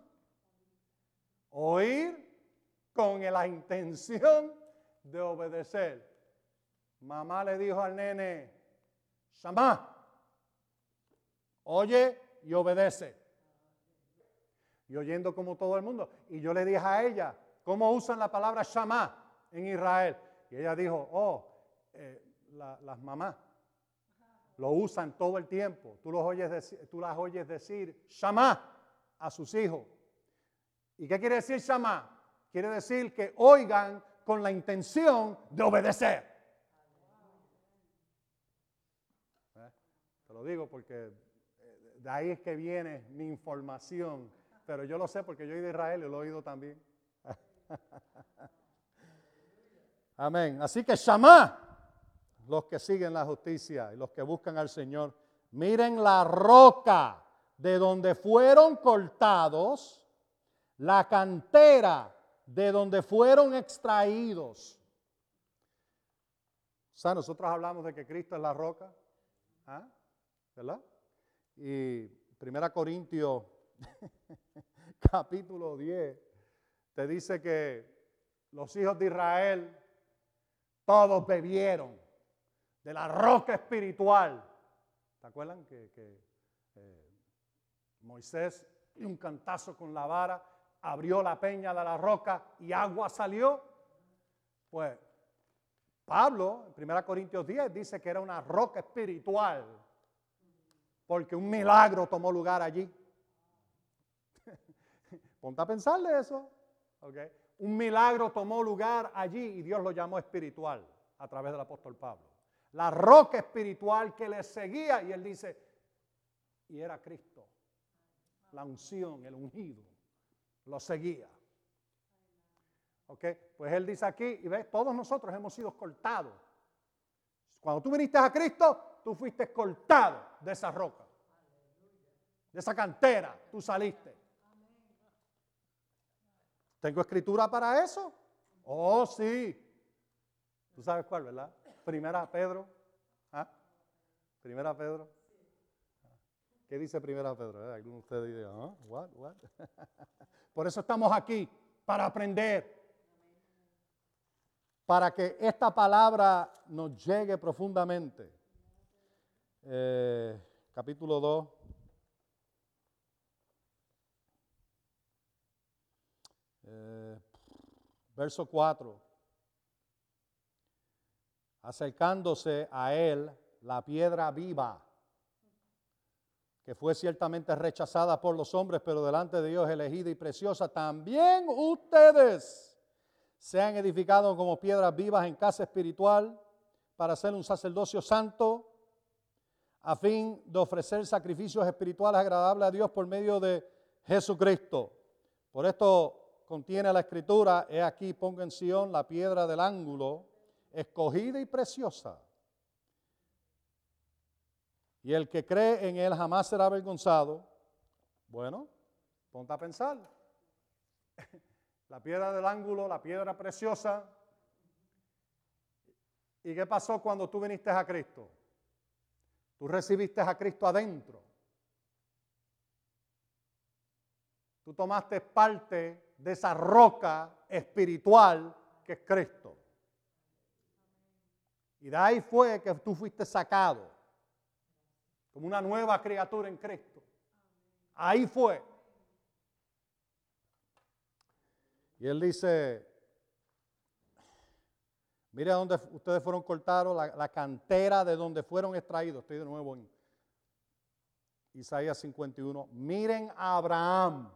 Oír con la intención de obedecer. Mamá le dijo al nene, Shamá, oye y obedece. Y oyendo como todo el mundo. Y yo le dije a ella, ¿cómo usan la palabra Shamá en Israel? Y ella dijo, oh, eh, la, las mamás lo usan todo el tiempo. Tú, los oyes decir, tú las oyes decir Shamá a sus hijos. ¿Y qué quiere decir Shamá? Quiere decir que oigan con la intención de obedecer. ¿Eh? Te lo digo porque de ahí es que viene mi información. Pero yo lo sé porque yo soy de Israel y lo he oído también. Amén. Así que Shamá, los que siguen la justicia y los que buscan al Señor, miren la roca de donde fueron cortados, la cantera de donde fueron extraídos. O sea, nosotros hablamos de que Cristo es la roca, ¿ah? ¿Verdad? Y Primera Corintios, capítulo diez, te dice que los hijos de Israel todos bebieron de la roca espiritual. ¿Te acuerdan que, que eh, Moisés dio un cantazo con la vara, abrió la peña de la roca y agua salió? Pues Pablo, en Primera Corintios diez, dice que era una roca espiritual, porque un milagro tomó lugar allí. Ponte a pensarle eso. ¿Okay? Un milagro tomó lugar allí y Dios lo llamó espiritual a través del apóstol Pablo. La roca espiritual que le seguía, y él dice, y era Cristo. La unción, el ungido, lo seguía. ¿Ok? Pues él dice aquí, y ves, todos nosotros hemos sido cortados. Cuando tú viniste a Cristo, tú fuiste cortado de esa roca, de esa cantera, tú saliste. ¿Tengo escritura para eso? Oh, sí. ¿Tú sabes cuál, verdad? Primera Pedro. ¿Ah? Primera Pedro. ¿Qué dice Primera Pedro? ¿Eh? Algunos de ustedes dirán, ¿ah? What, what? Por eso estamos aquí, para aprender. Para que esta palabra nos llegue profundamente. Eh, capítulo dos. Eh, verso cuatro. Acercándose a él la piedra viva, que fue ciertamente rechazada por los hombres, pero delante de Dios elegida y preciosa, también ustedes sean edificados como piedras vivas en casa espiritual para ser un sacerdocio santo, a fin de ofrecer sacrificios espirituales agradables a Dios por medio de Jesucristo. Por esto contiene la Escritura, he aquí pongo en Sión la piedra del ángulo, escogida y preciosa. Y el que cree en él jamás será avergonzado. Bueno, ponte a pensar. La piedra del ángulo, la piedra preciosa. ¿Y qué pasó cuando tú viniste a Cristo? Tú recibiste a Cristo adentro. Tú tomaste parte de esa roca espiritual que es Cristo. Y de ahí fue que tú fuiste sacado como una nueva criatura en Cristo. Ahí fue. Y él dice, mire a dónde ustedes fueron cortados, la, la cantera de donde fueron extraídos. Estoy de nuevo en Isaías cincuenta y uno. Miren a Abraham,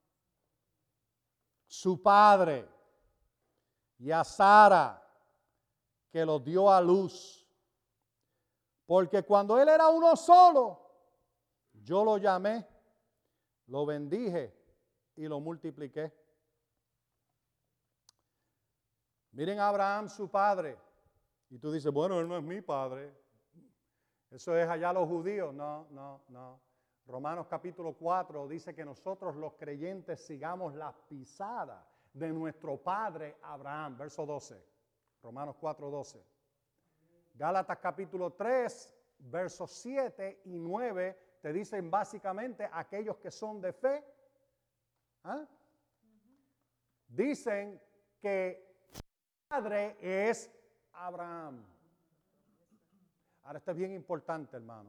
su padre, y a Sara, que los dio a luz. Porque cuando él era uno solo, Yo lo llamé, lo bendije y lo multipliqué. Miren a Abraham, su padre. Y tú dices, bueno, él no es mi padre. Eso es allá los judíos. No, no, no. Romanos capítulo cuatro dice que nosotros los creyentes sigamos las pisadas de nuestro padre Abraham. Verso doce. Romanos cuatro, doce. Gálatas capítulo tres, versos siete y nueve te dicen básicamente aquellos que son de fe. ¿Ah? Dicen que padre es Abraham. Ahora esto es bien importante, hermano.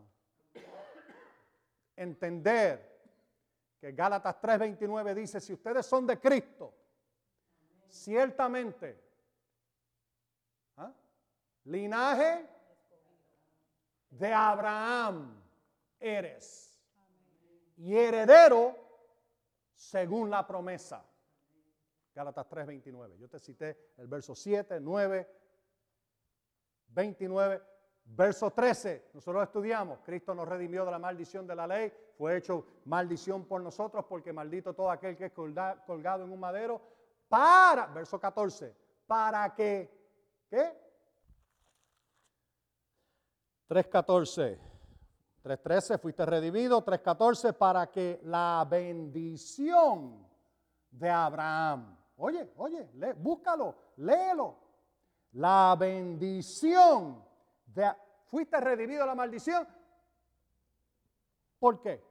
Entender que Gálatas tres veintinueve dice, si ustedes son de Cristo, ciertamente, ¿ah? linaje de Abraham eres y heredero según la promesa. Gálatas tres veintinueve. Yo te cité el verso siete, nueve, veintinueve, verso trece. Nosotros estudiamos, Cristo nos redimió de la maldición de la ley, fue hecho maldición por nosotros porque maldito todo aquel que es colgado en un madero, para, verso catorce, para que, ¿qué? tres catorce, tres trece, fuiste redimido, tres catorce, para que la bendición de Abraham, oye, oye, lee, búscalo, léelo, la bendición de, fuiste redimido de la maldición, ¿por qué?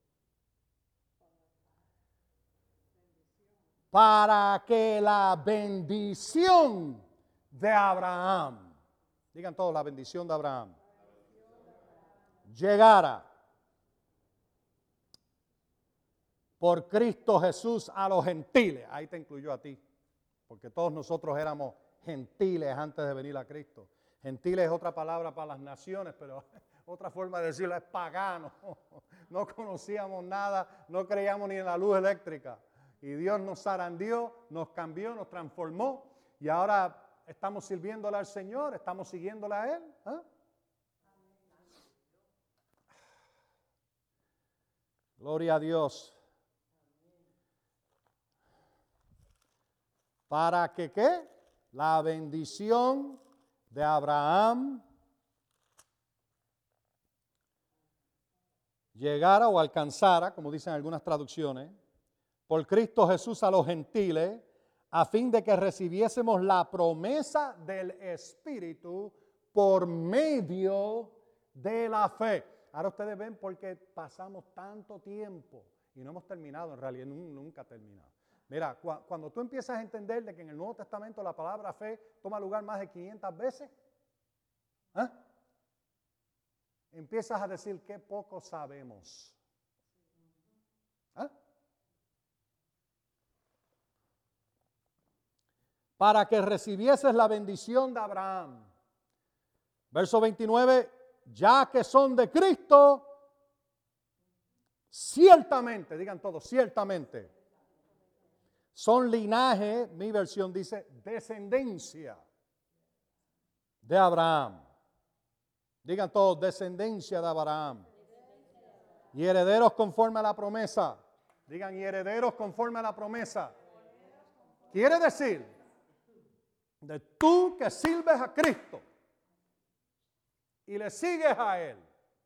Para que la bendición de Abraham, digan todos, la bendición de Abraham, llegara por Cristo Jesús a los gentiles. Ahí te incluyó a ti, porque todos nosotros éramos gentiles antes de venir a Cristo. Gentiles es otra palabra para las naciones, pero otra forma de decirlo es pagano. No conocíamos nada, no creíamos ni en la luz eléctrica. Y Dios nos zarandeó, nos cambió, nos transformó. Y ahora estamos sirviéndole al Señor, estamos siguiéndole a Él. ¿eh? Gloria a Dios. ¿Para que qué? La bendición de Abraham llegara o alcanzara, como dicen algunas traducciones, por Cristo Jesús a los gentiles, a fin de que recibiésemos la promesa del Espíritu por medio de la fe. Ahora ustedes ven por qué pasamos tanto tiempo y no hemos terminado, en realidad nunca terminado. Mira, cu cuando tú empiezas a entender de que en el Nuevo Testamento la palabra fe toma lugar más de quinientas veces, ¿eh? empiezas a decir qué poco sabemos. ¿Eh? Para que recibieses la bendición de Abraham. Verso veintinueve, ya que son de Cristo, ciertamente, digan todos, ciertamente, son linaje, mi versión dice, descendencia de Abraham. Digan todos, descendencia de Abraham. Y herederos conforme a la promesa. Digan, y herederos conforme a la promesa. Quiere decir, de tú que sirves a Cristo y le sigues a Él,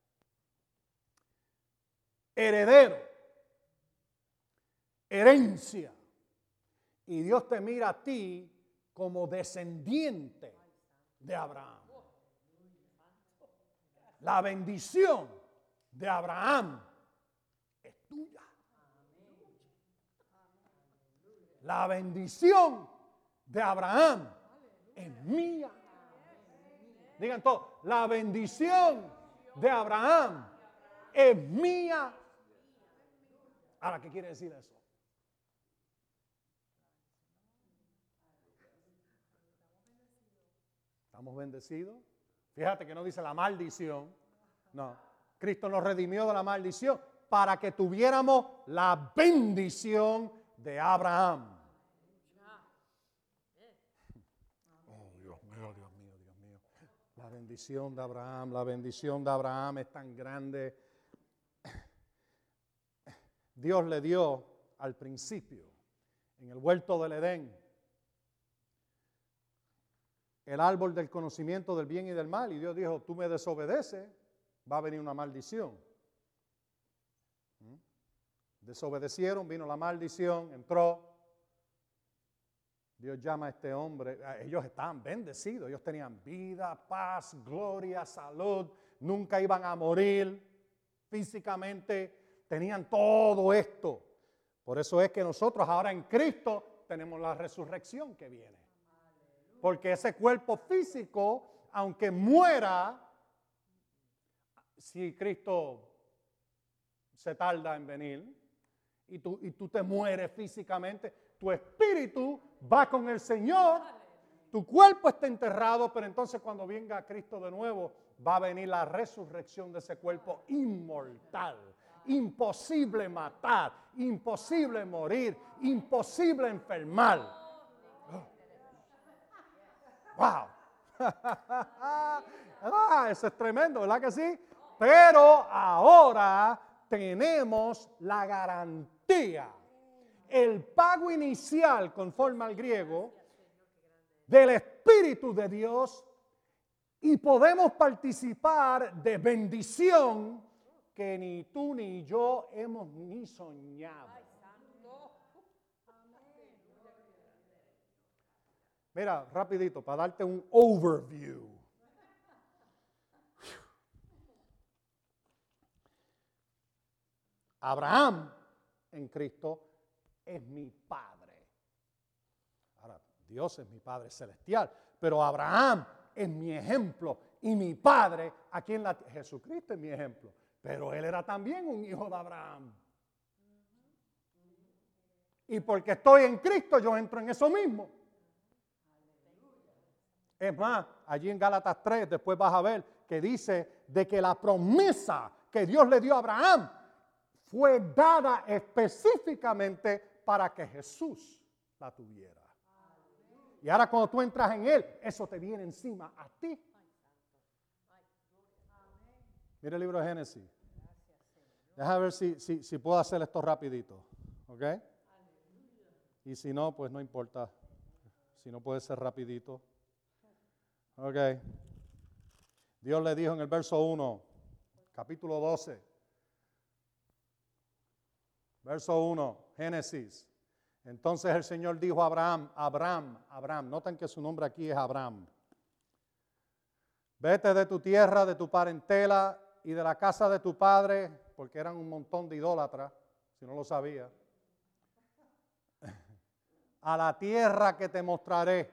heredero, herencia, y Dios te mira a ti como descendiente de Abraham. La bendición de Abraham es tuya. La bendición de Abraham es mía. Digan todos, la bendición de Abraham es mía. Ahora, ¿qué quiere decir eso? ¿Estamos bendecidos? Fíjate que no dice la maldición. No, Cristo nos redimió de la maldición para que tuviéramos la bendición de Abraham. Oh, Dios mío, Dios mío, Dios mío. La bendición de Abraham, la bendición de Abraham es tan grande. Dios le dio al principio, en el huerto del Edén, el árbol del conocimiento del bien y del mal, y Dios dijo, tú me desobedeces, va a venir una maldición. ¿Mm? Desobedecieron, vino la maldición, entró. Dios llama a este hombre, ellos estaban bendecidos, ellos tenían vida, paz, gloria, salud, nunca iban a morir físicamente, tenían todo esto. Por eso es que nosotros ahora en Cristo tenemos la resurrección que viene. Porque ese cuerpo físico, aunque muera, si Cristo se tarda en venir y tú, y tú te mueres físicamente, tu espíritu va con el Señor, tu cuerpo está enterrado, pero entonces cuando venga Cristo de nuevo, va a venir la resurrección de ese cuerpo inmortal. Imposible matar, imposible morir, imposible enfermar. ¡Wow! Ah, eso es tremendo, ¿verdad que sí? Pero ahora tenemos la garantía, el pago inicial, conforme al griego, del Espíritu de Dios y podemos participar de bendición que ni tú ni yo hemos ni soñado. Mira, rapidito, para darte un overview. Abraham en Cristo es mi Padre. Ahora, Dios es mi Padre celestial, pero Abraham es mi ejemplo y mi Padre aquí en la tierra. Jesucristo es mi ejemplo, pero él era también un hijo de Abraham. Y porque estoy en Cristo, yo entro en eso mismo. Es más, allí en Gálatas tres, después vas a ver que dice de que la promesa que Dios le dio a Abraham fue dada específicamente para que Jesús la tuviera. Y ahora cuando tú entras en Él, eso te viene encima a ti. Mira el libro de Génesis. Déjame ver si, si, si puedo hacer esto rapidito. ¿Ok? Y si no, pues no importa. Si no puede ser rapidito. Ok. Dios le dijo en el verso uno, capítulo doce. Verso uno, Génesis. Entonces el Señor dijo a Abraham, Abraham, Abraham. Noten que su nombre aquí es Abraham. Vete de tu tierra, de tu parentela y de la casa de tu padre, porque eran un montón de idólatras, si no lo sabía, a la tierra que te mostraré.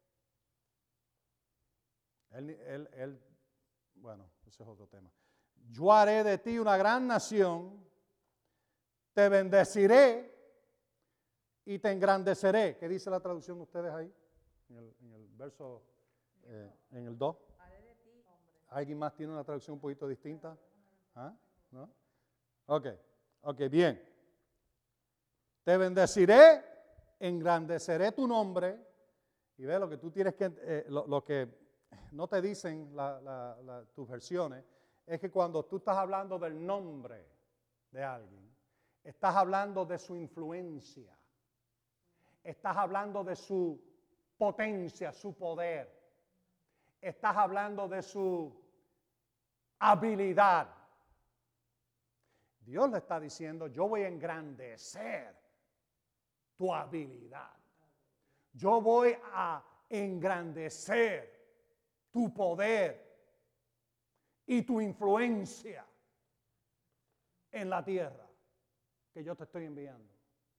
Él, él, él, bueno, ese es otro tema. Yo haré de ti una gran nación, te bendeciré y te engrandeceré. ¿Qué dice la traducción de ustedes ahí? En el, en el verso, eh, en el dos. ¿Alguien más tiene una traducción un poquito distinta? ¿Ah? ¿No? Ok, ok, bien. Te bendeciré, engrandeceré tu nombre. Y ve lo que tú tienes que, eh, lo, lo que no te dicen la, la, la, tus versiones, es que cuando tú estás hablando del nombre de alguien, estás hablando de su influencia, estás hablando de su potencia, su poder, estás hablando de su habilidad. Dios le está diciendo, yo voy a engrandecer tu habilidad. Yo voy a engrandecer tu poder y tu influencia en la tierra que yo te estoy enviando.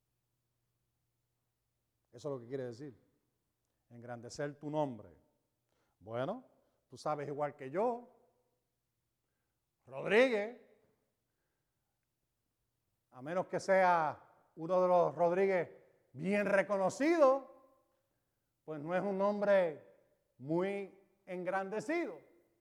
Eso es lo que quiere decir. Engrandecer tu nombre. Bueno, tú sabes igual que yo, Rodríguez, a menos que sea uno de los Rodríguez bien reconocidos, pues no es un nombre muy engrandecido.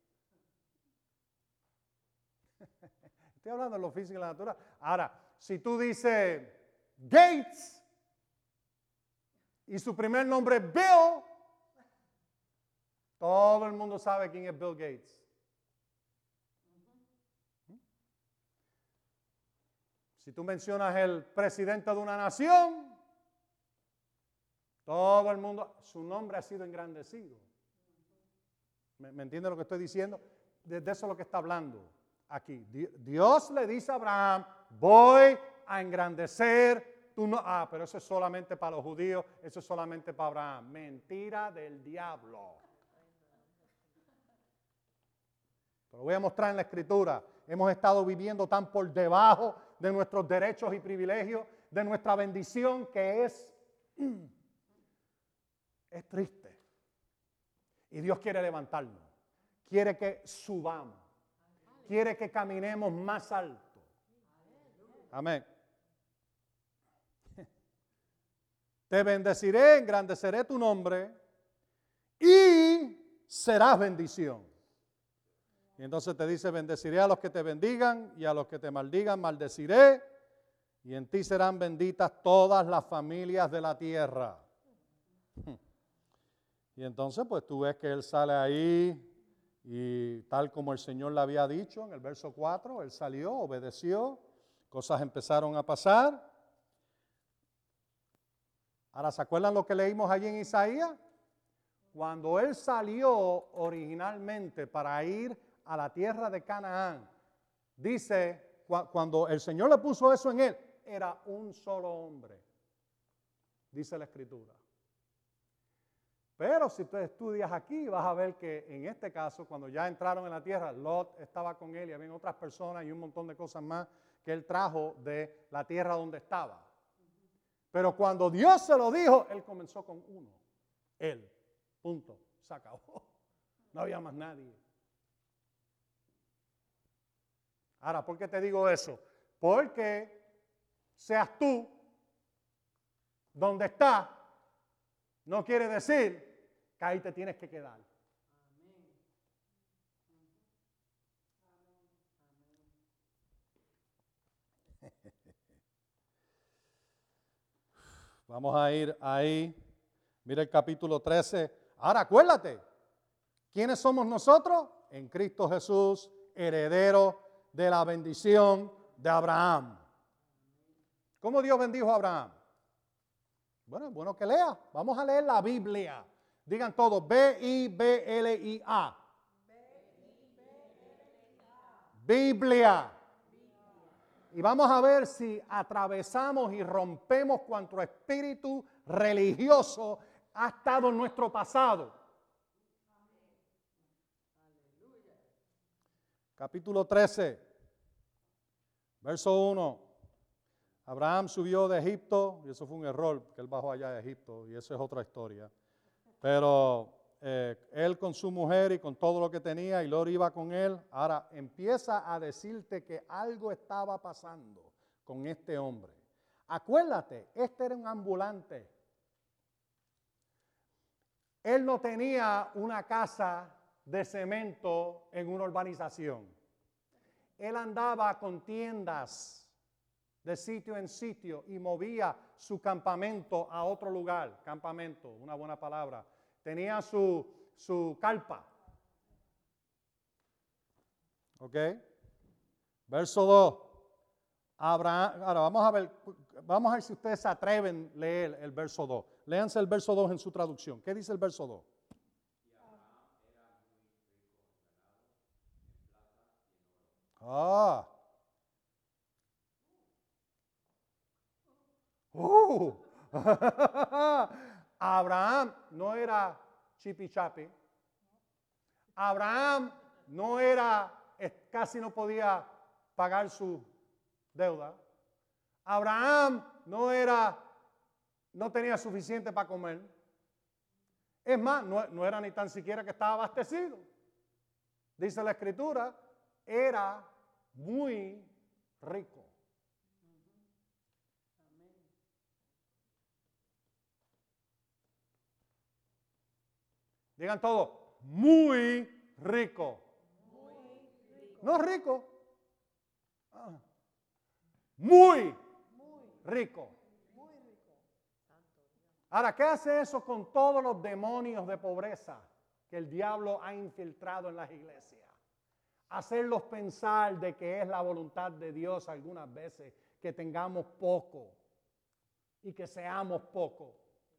Estoy hablando de lo físico y la natural. Ahora, si tú dices Gates y su primer nombre es Bill, todo el mundo sabe quién es Bill Gates. Si tú mencionas el presidente de una nación, todo el mundo, su nombre ha sido engrandecido. ¿Me, me entiende lo que estoy diciendo? De, de eso es lo que está hablando aquí. Dios le dice a Abraham, voy a engrandecer tu nombre. Ah, pero eso es solamente para los judíos, eso es solamente para Abraham. Mentira del diablo. Te lo voy a mostrar en la Escritura. Hemos estado viviendo tan por debajo de nuestros derechos y privilegios, de nuestra bendición, que es, es triste. Y Dios quiere levantarnos. Quiere que subamos. Quiere que caminemos más alto. Amén. Te bendeciré, engrandeceré tu nombre y serás bendición. Y entonces te dice, bendeciré a los que te bendigan y a los que te maldigan, maldeciré. Y en ti serán benditas todas las familias de la tierra. Y entonces pues tú ves que él sale ahí y tal como el Señor le había dicho en el verso cuatro, él salió, obedeció, cosas empezaron a pasar. Ahora, ¿se acuerdan lo que leímos allí en Isaías? Cuando él salió originalmente para ir a la tierra de Canaán, dice, cu- cuando el Señor le puso eso en él, era un solo hombre, dice la Escritura. Pero si tú estudias aquí, vas a ver que en este caso, cuando ya entraron en la tierra, Lot estaba con él y había otras personas y un montón de cosas más que él trajo de la tierra donde estaba. Pero cuando Dios se lo dijo, él comenzó con uno. Él. Punto. Se acabó. No había más nadie. Ahora, ¿por qué te digo eso? Porque seas tú donde estás, no quiere decir que ahí te tienes que quedar. Vamos a ir ahí. Mira el capítulo trece. Ahora acuérdate, ¿quiénes somos nosotros? En Cristo Jesús, herederos de la bendición de Abraham. ¿Cómo Dios bendijo a Abraham? Bueno, es bueno que lea. Vamos a leer la Biblia. Digan todos, B I B L I A. Biblia. Y vamos a ver si atravesamos y rompemos cuanto espíritu religioso ha estado en nuestro pasado. Capítulo trece, verso uno. Abraham subió de Egipto, y eso fue un error, que él bajó allá de Egipto, y eso es otra historia. Pero eh, él con su mujer y con todo lo que tenía, y Lot iba con él. Ahora empieza a decirte que algo estaba pasando con este hombre. Acuérdate, este era un ambulante. Él no tenía una casa de cemento en una urbanización. Él andaba con tiendas de sitio en sitio y movía su campamento a otro lugar. Campamento, una buena palabra. Tenía su, su carpa. ¿Ok? Verso dos. Abraham, ahora vamos a ver, vamos a ver si ustedes se atreven a leer el verso dos. Léanse el verso dos en su traducción. ¿Qué dice el verso dos? Ah. Uh. Abraham no era chipi-chapi. Abraham no era, casi no podía pagar su deuda. Abraham no era, no tenía suficiente para comer. Es más, no, no era ni tan siquiera que estaba abastecido. Dice la Escritura, era muy rico. Digan todos, muy rico. Muy rico. No rico. Ah. Muy, muy rico. Muy rico. Ahora, ¿qué hace eso con todos los demonios de pobreza que el diablo ha infiltrado en las iglesias? Hacerlos pensar de que es la voluntad de Dios algunas veces que tengamos poco y que seamos poco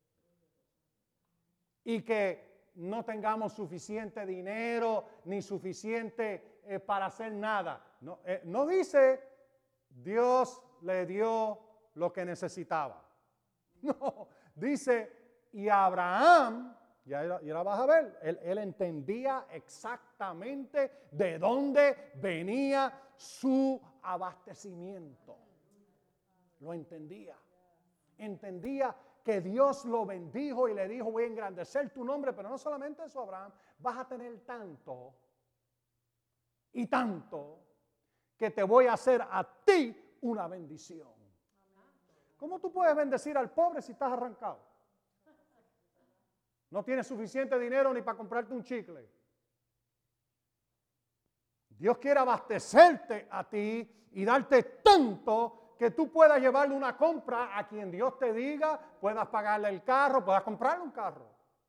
y que no tengamos suficiente dinero ni suficiente eh, para hacer nada. No, eh, no dice Dios le dio lo que necesitaba. No, dice, y Abraham, ya, ya la vas a ver, él, él entendía exactamente de dónde venía su abastecimiento. Lo entendía. Entendía que Dios lo bendijo y le dijo, voy a engrandecer tu nombre, pero no solamente eso, Abraham, vas a tener tanto y tanto que te voy a hacer a ti una bendición. ¿Cómo tú puedes bendecir al pobre si estás arrancado? No tienes suficiente dinero ni para comprarte un chicle. Dios quiere abastecerte a ti y darte tanto que tú puedas llevarle una compra a quien Dios te diga, puedas pagarle el carro, puedas comprarle un carro.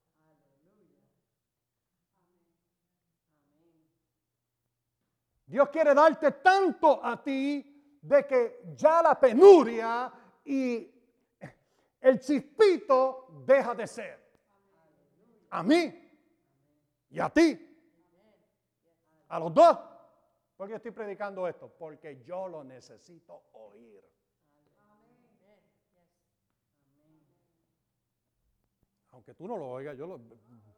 Dios quiere darte tanto a ti de que ya la penuria y el chispito deja de ser. A mí y a ti. A los dos. ¿Por qué estoy predicando esto? Porque yo lo necesito oír. Aunque tú no lo oigas, yo lo,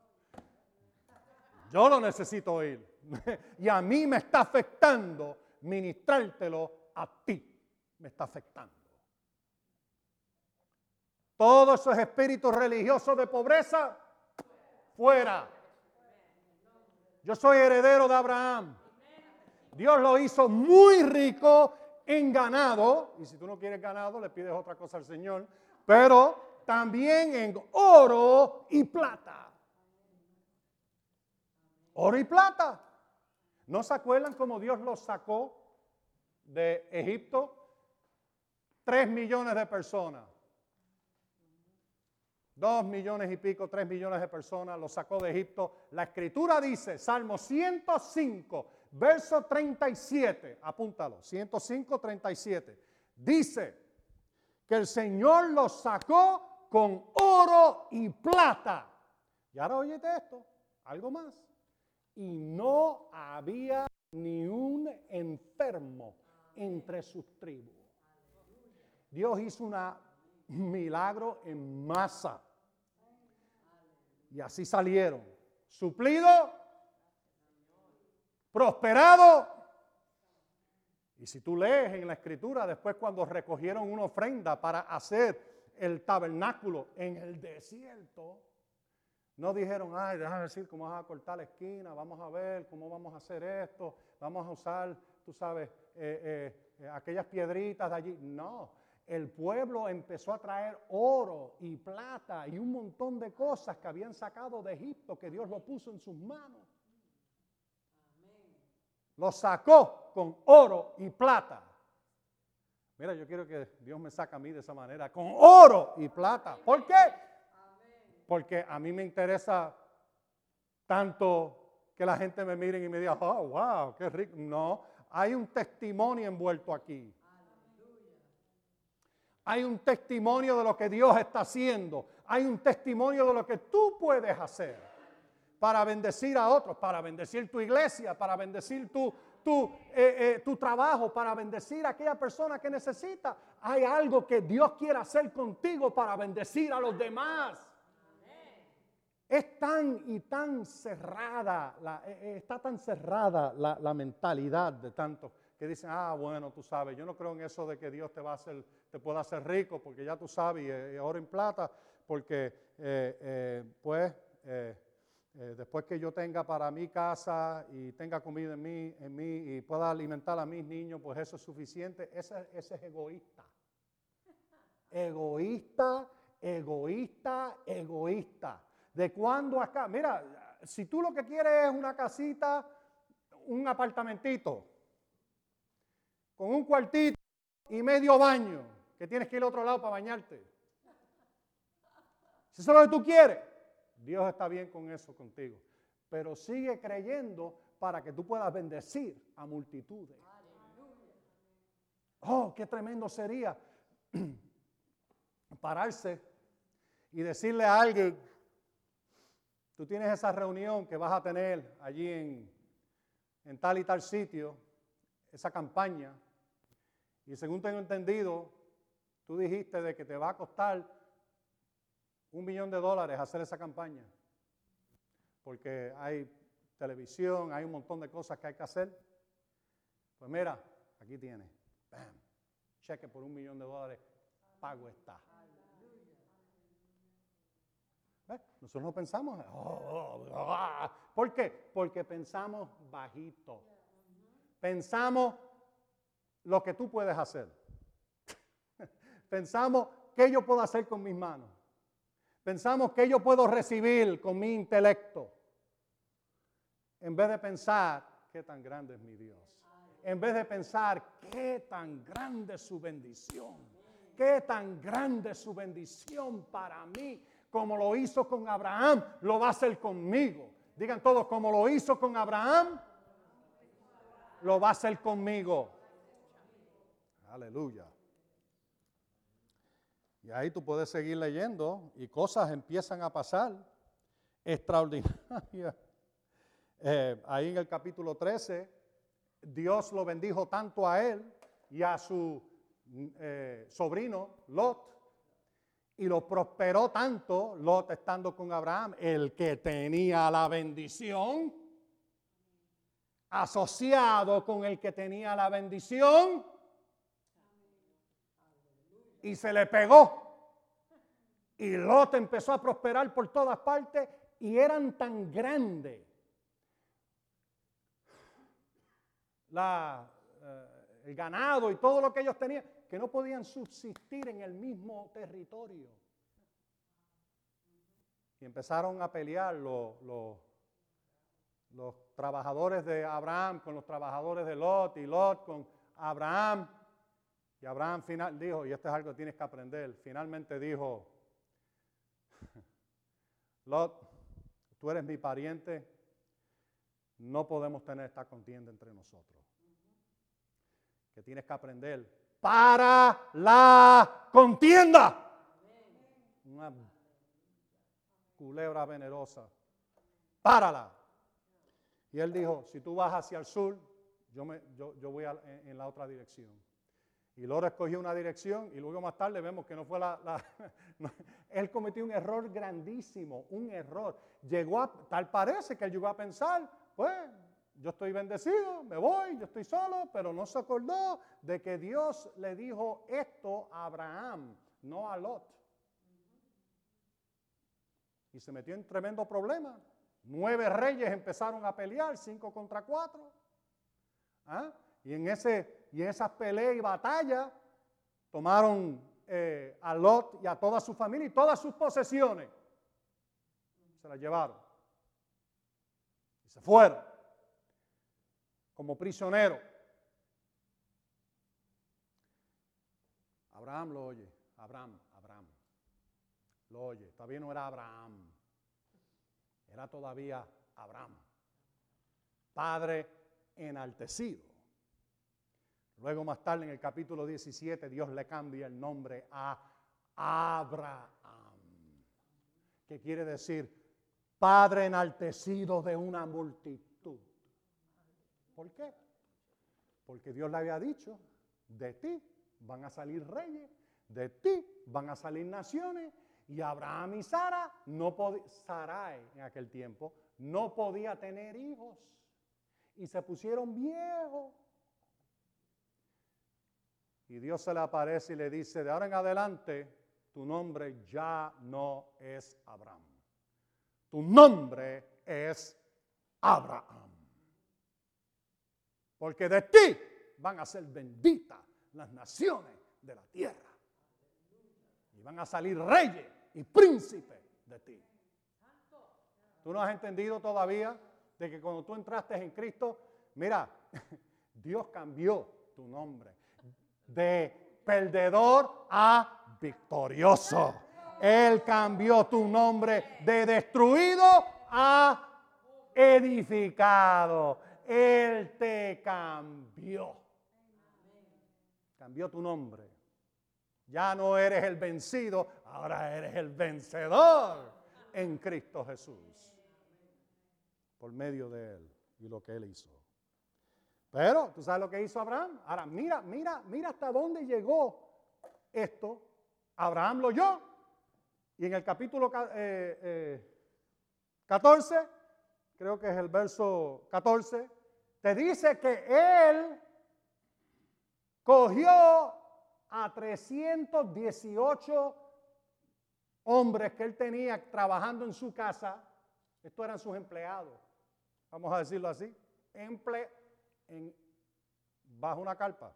yo lo necesito oír. Y a mí me está afectando ministrártelo a ti. Me está afectando. Todos esos espíritus religiosos de pobreza, fuera. Yo soy heredero de Abraham. Dios lo hizo muy rico en ganado. Y si tú no quieres ganado, le pides otra cosa al Señor. Pero también en oro y plata. Oro y plata. ¿No se acuerdan cómo Dios los sacó de Egipto? Tres millones de personas. Dos millones y pico, tres millones de personas los sacó de Egipto. La Escritura dice, Salmo ciento cinco, verso treinta y siete, apúntalo, ciento cinco, treinta y siete. Dice que el Señor los sacó con oro y plata. Y ahora óyete esto, algo más. Y no había ni un enfermo entre sus tribus. Dios hizo una milagro en masa. Y así salieron. Suplido, prosperado. Y si tú lees en la Escritura, después cuando recogieron una ofrenda para hacer el tabernáculo en el desierto, no dijeron, ay, déjame decir cómo vas a cortar la esquina, vamos a ver cómo vamos a hacer esto, vamos a usar, tú sabes, eh, eh, aquellas piedritas de allí. No. El pueblo empezó a traer oro y plata y un montón de cosas que habían sacado de Egipto, que Dios lo puso en sus manos. Lo sacó con oro y plata. Mira, yo quiero que Dios me saque a mí de esa manera, con oro y plata. ¿Por qué? Porque a mí me interesa tanto que la gente me mire y me diga, oh, wow, qué rico. No, hay un testimonio envuelto aquí. Hay un testimonio de lo que Dios está haciendo. Hay un testimonio de lo que tú puedes hacer para bendecir a otros, para bendecir tu iglesia, para bendecir tu, tu, eh, eh, tu trabajo, para bendecir a aquella persona que necesita. Hay algo que Dios quiere hacer contigo para bendecir a los demás. Es tan y tan cerrada, la, eh, está tan cerrada la, la mentalidad de tantos que dicen, ah, bueno, tú sabes, yo no creo en eso de que Dios te va a hacer, te pueda hacer rico, porque ya tú sabes, y, y oro en plata, porque eh, eh, pues eh, eh, después que yo tenga para mi casa y tenga comida en mí, en mí y pueda alimentar a mis niños, pues eso es suficiente. Ese, ese es egoísta. Egoísta, egoísta, egoísta. ¿De cuándo acá? Mira, si tú lo que quieres es una casita, un apartamentito, con un cuartito y medio baño, que tienes que ir al otro lado para bañarte. Si eso es lo que tú quieres, Dios está bien con eso contigo. Pero sigue creyendo para que tú puedas bendecir a multitudes. Oh, qué tremendo sería pararse y decirle a alguien, tú tienes esa reunión que vas a tener allí en, en tal y tal sitio, esa campaña, y según tengo entendido, tú dijiste de que te va a costar un millón de dólares hacer esa campaña, porque hay televisión, hay un montón de cosas que hay que hacer. Pues mira, aquí tienes, bam, cheque por un millón de dólares, pago está. ¿Ves? Nosotros no pensamos, oh, oh, oh. ¿Por qué? Porque pensamos bajito. Pensamos lo que tú puedes hacer. Pensamos qué yo puedo hacer con mis manos. Pensamos qué yo puedo recibir con mi intelecto. En vez de pensar qué tan grande es mi Dios. En vez de pensar qué tan grande es su bendición. Qué tan grande es su bendición para mí. Como lo hizo con Abraham, lo va a hacer conmigo. Digan todos, como lo hizo con Abraham, lo va a hacer conmigo. Aleluya. Y ahí tú puedes seguir leyendo y cosas empiezan a pasar extraordinarias. Eh, ahí en el capítulo trece, Dios lo bendijo tanto a él y a su eh, sobrino Lot, y lo prosperó tanto, Lot estando con Abraham, el que tenía la bendición, asociado con el que tenía la bendición, y se le pegó. Y Lot empezó a prosperar por todas partes y eran tan grandes la, eh, el ganado y todo lo que ellos tenían, que no podían subsistir en el mismo territorio. Y empezaron a pelear los, los, los trabajadores de Abraham con los trabajadores de Lot, y Lot con Abraham. Y Abraham final dijo, y esto es algo que tienes que aprender, finalmente dijo, Lot, tú eres mi pariente, no podemos tener esta contienda entre nosotros. Que tienes que aprender para la contienda. Una culebra venenosa. Párala. Y él dijo, si tú vas hacia el sur, yo, me, yo, yo voy a, en, en la otra dirección. Y Lot escogió una dirección y luego más tarde vemos que no fue la... la no, él cometió un error grandísimo, un error. Llegó a, tal parece que él llegó a pensar, pues, yo estoy bendecido, me voy, yo estoy solo, pero no se acordó de que Dios le dijo esto a Abraham, no a Lot. Y se metió en tremendo problema. Nueve reyes empezaron a pelear, cinco contra cuatro. ¿Ah? Y en ese, y en esas peleas y batallas tomaron eh, a Lot y a toda su familia y todas sus posesiones. Se las llevaron. Y se fueron como prisioneros. Abraham lo oye. Abraham, Abraham. Lo oye. Todavía no era Abraham. Era todavía Abraham. Padre enaltecido. Luego más tarde en el capítulo diecisiete Dios le cambia el nombre a Abraham, que quiere decir Padre enaltecido de una multitud. ¿Por qué? Porque Dios le había dicho, de ti van a salir reyes, de ti van a salir naciones, y Abraham y Sara no podían, Sarai en aquel tiempo no podía tener hijos y se pusieron viejos. Y Dios se le aparece y le dice, de ahora en adelante, tu nombre ya no es Abraham. Tu nombre es Abraham. Porque de ti van a ser benditas las naciones de la tierra. Y van a salir reyes y príncipes de ti. ¿Tú no has entendido todavía de que cuando tú entraste en Cristo, mira, Dios cambió tu nombre de perdedor a victorioso? Él cambió tu nombre de destruido a edificado. Él te cambió. cambió tu nombre. Ya no eres el vencido, ahora eres el vencedor en Cristo Jesús. Por medio de Él y lo que Él hizo. Pero, ¿tú sabes lo que hizo Abraham? Ahora, mira, mira, mira hasta dónde llegó esto. Abraham lo oyó. Y en el capítulo eh, eh, catorce, creo que es el verso catorce, te dice que él cogió a trescientos dieciocho hombres que él tenía trabajando en su casa. Estos eran sus empleados, vamos a decirlo así, emple, en, bajo una carpa.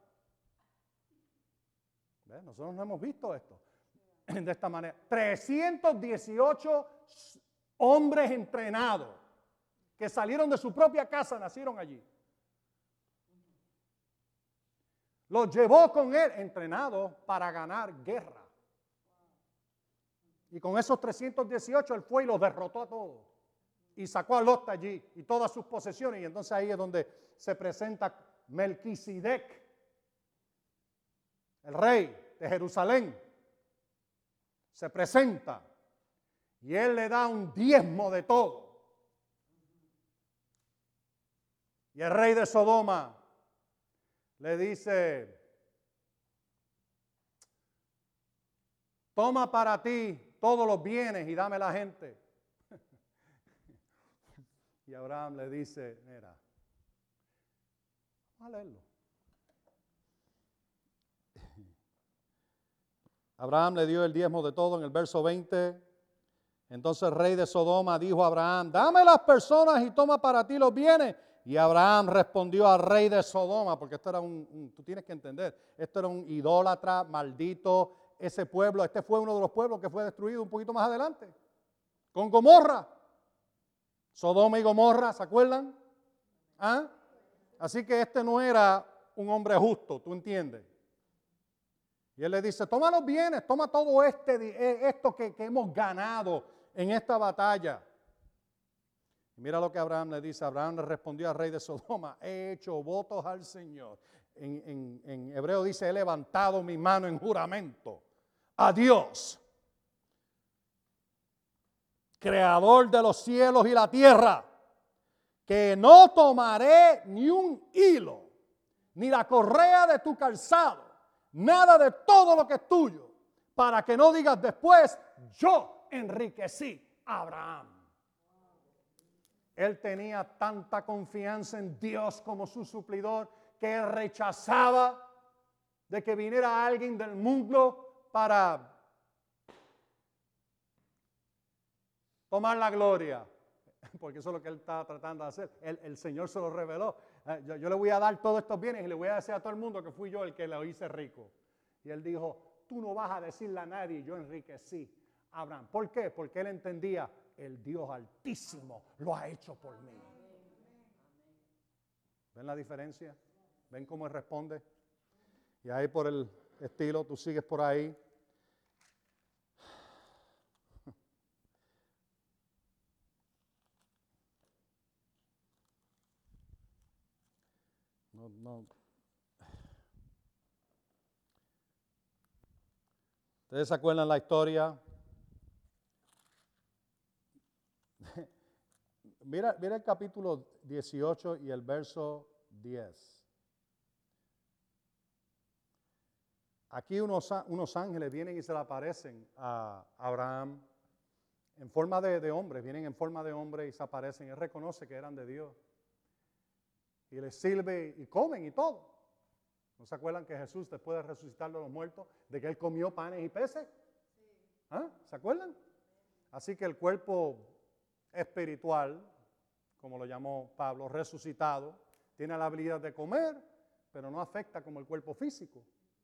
¿Ves? Nosotros no hemos visto esto de esta manera. trescientos dieciocho hombres entrenados que salieron de su propia casa, nacieron allí. Los llevó con él entrenados para ganar guerra. Y con esos trescientos dieciocho él fue y los derrotó a todos. Y sacó a Lot allí y todas sus posesiones. Y entonces ahí es donde se presenta Melquisedec, el rey de Jerusalén. Se presenta y él le da un diezmo de todo. Y el rey de Sodoma le dice, toma para ti todos los bienes y dame la gente. Y Abraham le dice, mira, vamos a leerlo. Abraham le dio el diezmo de todo en el verso veinte. Entonces el rey de Sodoma dijo a Abraham, dame las personas y toma para ti los bienes. Y Abraham respondió al rey de Sodoma, porque esto era un, un, tú tienes que entender, esto era un idólatra, maldito, ese pueblo, este fue uno de los pueblos que fue destruido un poquito más adelante, con Gomorra. Sodoma y Gomorra, ¿se acuerdan? ¿Ah? Así que este no era un hombre justo, ¿tú entiendes? Y él le dice, toma los bienes, toma todo este, esto que, que hemos ganado en esta batalla. Y mira lo que Abraham le dice. Abraham le respondió al rey de Sodoma, he hecho votos al Señor. En, en, en hebreo dice, he levantado mi mano en juramento a Dios, creador de los cielos y la tierra, que no tomaré ni un hilo, ni la correa de tu calzado, nada de todo lo que es tuyo, para que no digas después, yo enriquecí a Abraham. Él tenía tanta confianza en Dios como su suplidor que él rechazaba de que viniera alguien del mundo para tomar la gloria, porque eso es lo que él estaba tratando de hacer. El, el Señor se lo reveló. Eh, yo, yo le voy a dar todos estos bienes y le voy a decir a todo el mundo que fui yo el que lo hice rico. Y él dijo, tú no vas a decirle a nadie, yo enriquecí a Abraham. ¿Por qué? Porque él entendía, el Dios Altísimo lo ha hecho por mí. ¿Ven la diferencia? ¿Ven cómo él responde? Y ahí por el estilo, tú sigues por ahí. No, no. ¿Ustedes se acuerdan la historia? Mira, mira el capítulo dieciocho y el verso diez. Aquí unos, unos ángeles vienen y se le aparecen a Abraham en forma de, de hombres, vienen en forma de hombre y se aparecen. Él reconoce que eran de Dios. Y les sirve y comen y todo. ¿No se acuerdan que Jesús, después de resucitar de los muertos, de que Él comió panes y peces? ¿Ah? ¿Se acuerdan? Así que el cuerpo espiritual, como lo llamó Pablo, resucitado, tiene la habilidad de comer, pero no afecta como el cuerpo físico.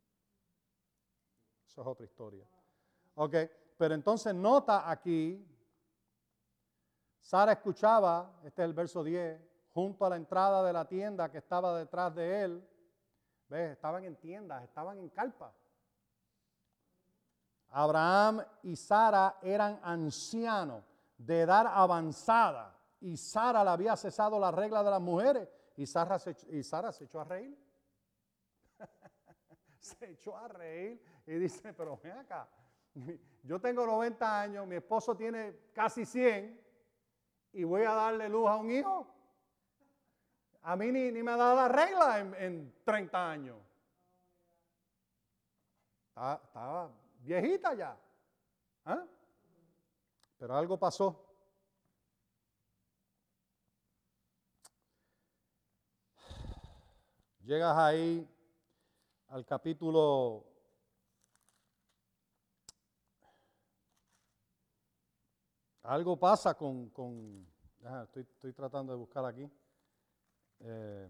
Eso es otra historia. Ok, pero entonces nota aquí, Sara escuchaba, este es el verso diez, junto a la entrada de la tienda que estaba detrás de él. ¿Ves? Estaban en tiendas, estaban en carpas. Abraham y Sara eran ancianos de edad avanzada y Sara le había cesado la regla de las mujeres y Sara se, y Sara se echó a reír. se echó a reír y dice, pero ven acá, yo tengo noventa años, mi esposo tiene casi cien y voy a darle luz a un hijo. A mí ni, ni me ha dado la regla en, en treinta años. Estaba, estaba viejita ya. ¿Ah? Pero algo pasó. Llegas ahí al capítulo algo pasa con, con ah, estoy, estoy tratando de buscar aquí. Eh,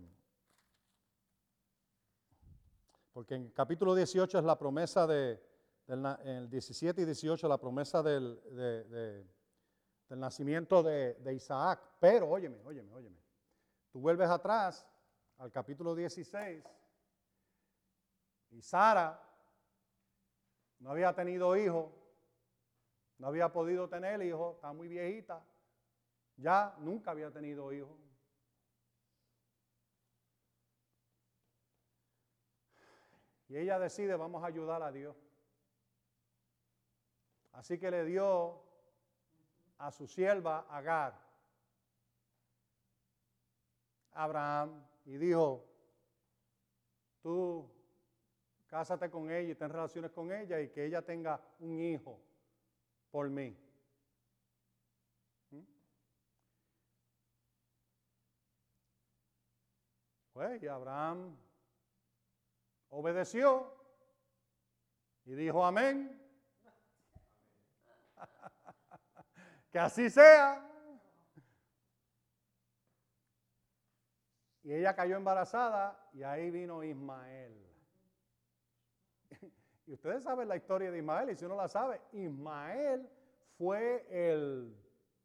porque en el capítulo dieciocho es la promesa de, del, en el diecisiete y dieciocho la promesa del, de, de, del nacimiento de, de Isaac. Pero, óyeme, óyeme, óyeme. Tú vuelves atrás al capítulo dieciséis y Sara no había tenido hijo, no había podido tener hijo, está muy viejita, ya nunca había tenido hijo. Y ella decide, vamos a ayudar a Dios. Así que le dio a su sierva Agar, Abraham, y dijo, tú cásate con ella y ten relaciones con ella y que ella tenga un hijo por mí. ¿Mm? Pues y Abraham obedeció y dijo amén. Que así sea. Y ella cayó embarazada y ahí vino Ismael. Y ustedes saben la historia de Ismael, y si uno la sabe, Ismael fue el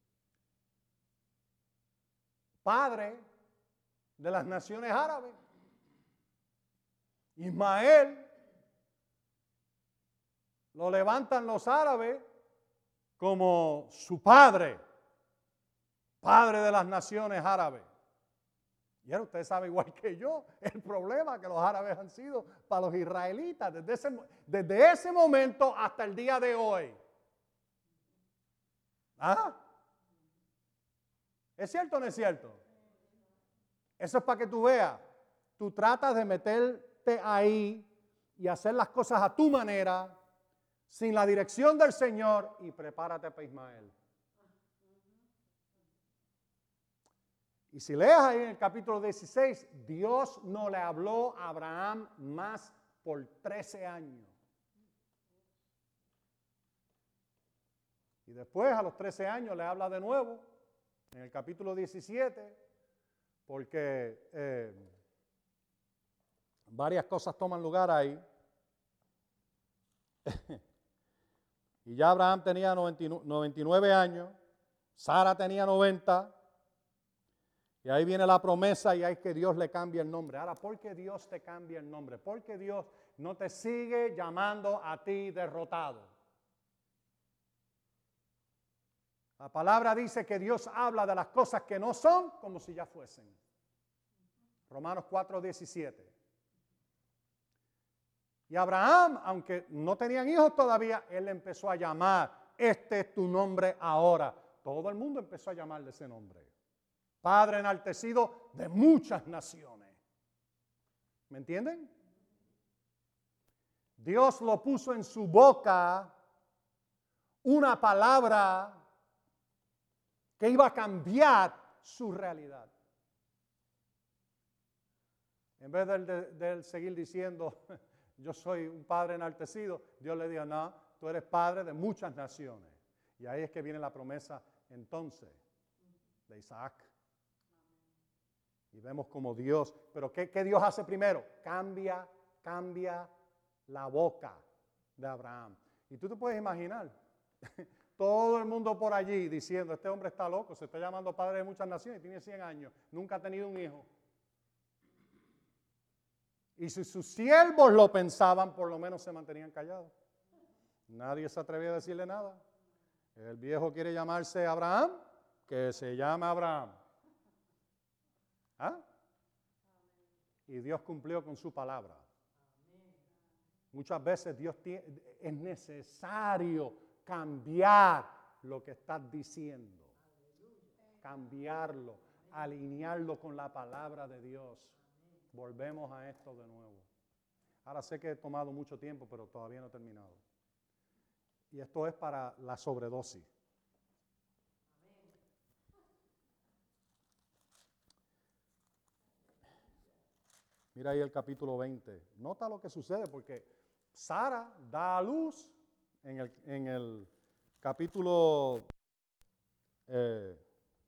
padre de las naciones árabes. Ismael lo levantan los árabes como su padre, padre de las naciones árabes. Y ahora ustedes saben igual que yo el problema que los árabes han sido para los israelitas desde ese, desde ese momento hasta el día de hoy. ¿Ah? ¿Es cierto o no es cierto? Eso es para que tú veas. Tú tratas de meterte ahí y hacer las cosas a tu manera, sin la dirección del Señor, y prepárate para Ismael. Y si lees ahí en el capítulo dieciséis, Dios no le habló a Abraham más por trece años. Y después, a los trece años, le habla de nuevo, en el capítulo diecisiete, porque eh, varias cosas toman lugar ahí. Y ya Abraham tenía noventa y nueve años, Sara tenía noventa, y ahí viene la promesa y hay que Dios le cambie el nombre. Ahora, ¿por qué Dios te cambia el nombre? Porque Dios no te sigue llamando a ti derrotado. La palabra dice que Dios habla de las cosas que no son como si ya fuesen. Romanos cuatro diecisiete. Y Abraham, aunque no tenían hijos todavía, él le empezó a llamar, este es tu nombre ahora. Todo el mundo empezó a llamarle ese nombre. Padre enaltecido de muchas naciones. ¿Me entienden? Dios lo puso en su boca una palabra que iba a cambiar su realidad. En vez de, de, de seguir diciendo, yo soy un padre enaltecido, Dios le dijo, no, tú eres padre de muchas naciones. Y ahí es que viene la promesa entonces de Isaac. Y vemos como Dios, pero ¿qué, qué Dios hace primero? Cambia, cambia la boca de Abraham. Y tú te puedes imaginar, todo el mundo por allí diciendo, este hombre está loco, se está llamando padre de muchas naciones y tiene cien años, nunca ha tenido un hijo. Y si sus siervos lo pensaban, por lo menos se mantenían callados. Nadie se atrevía a decirle nada. El viejo quiere llamarse Abraham, que se llame Abraham. ¿Ah? Y Dios cumplió con su palabra. Muchas veces Dios tiene, es necesario cambiar lo que estás diciendo. Cambiarlo, alinearlo con la palabra de Dios. Volvemos a esto de nuevo. Ahora sé que he tomado mucho tiempo, pero todavía no he terminado. Y esto es para la sobredosis. Mira ahí el capítulo veinte. Nota lo que sucede porque Sara da a luz en el, en el capítulo eh,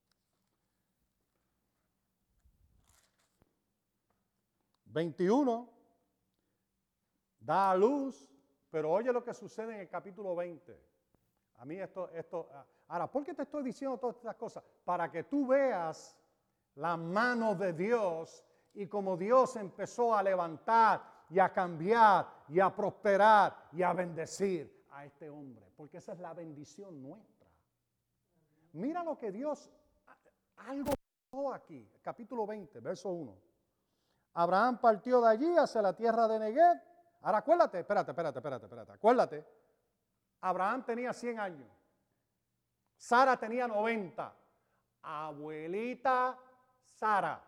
veintiuno. Da a luz, pero oye lo que sucede en el capítulo veinte. A mí esto, esto, ahora, ¿por qué te estoy diciendo todas estas cosas? Para que tú veas la mano de Dios y como Dios empezó a levantar y a cambiar y a prosperar y a bendecir a este hombre, porque esa es la bendición nuestra. Mira lo que Dios, algo pasó aquí, capítulo veinte, verso uno. Abraham partió de allí hacia la tierra de Negev. Ahora acuérdate, espérate, espérate, espérate, espérate, acuérdate. Abraham tenía cien años. Sara tenía noventa. Abuelita Sara.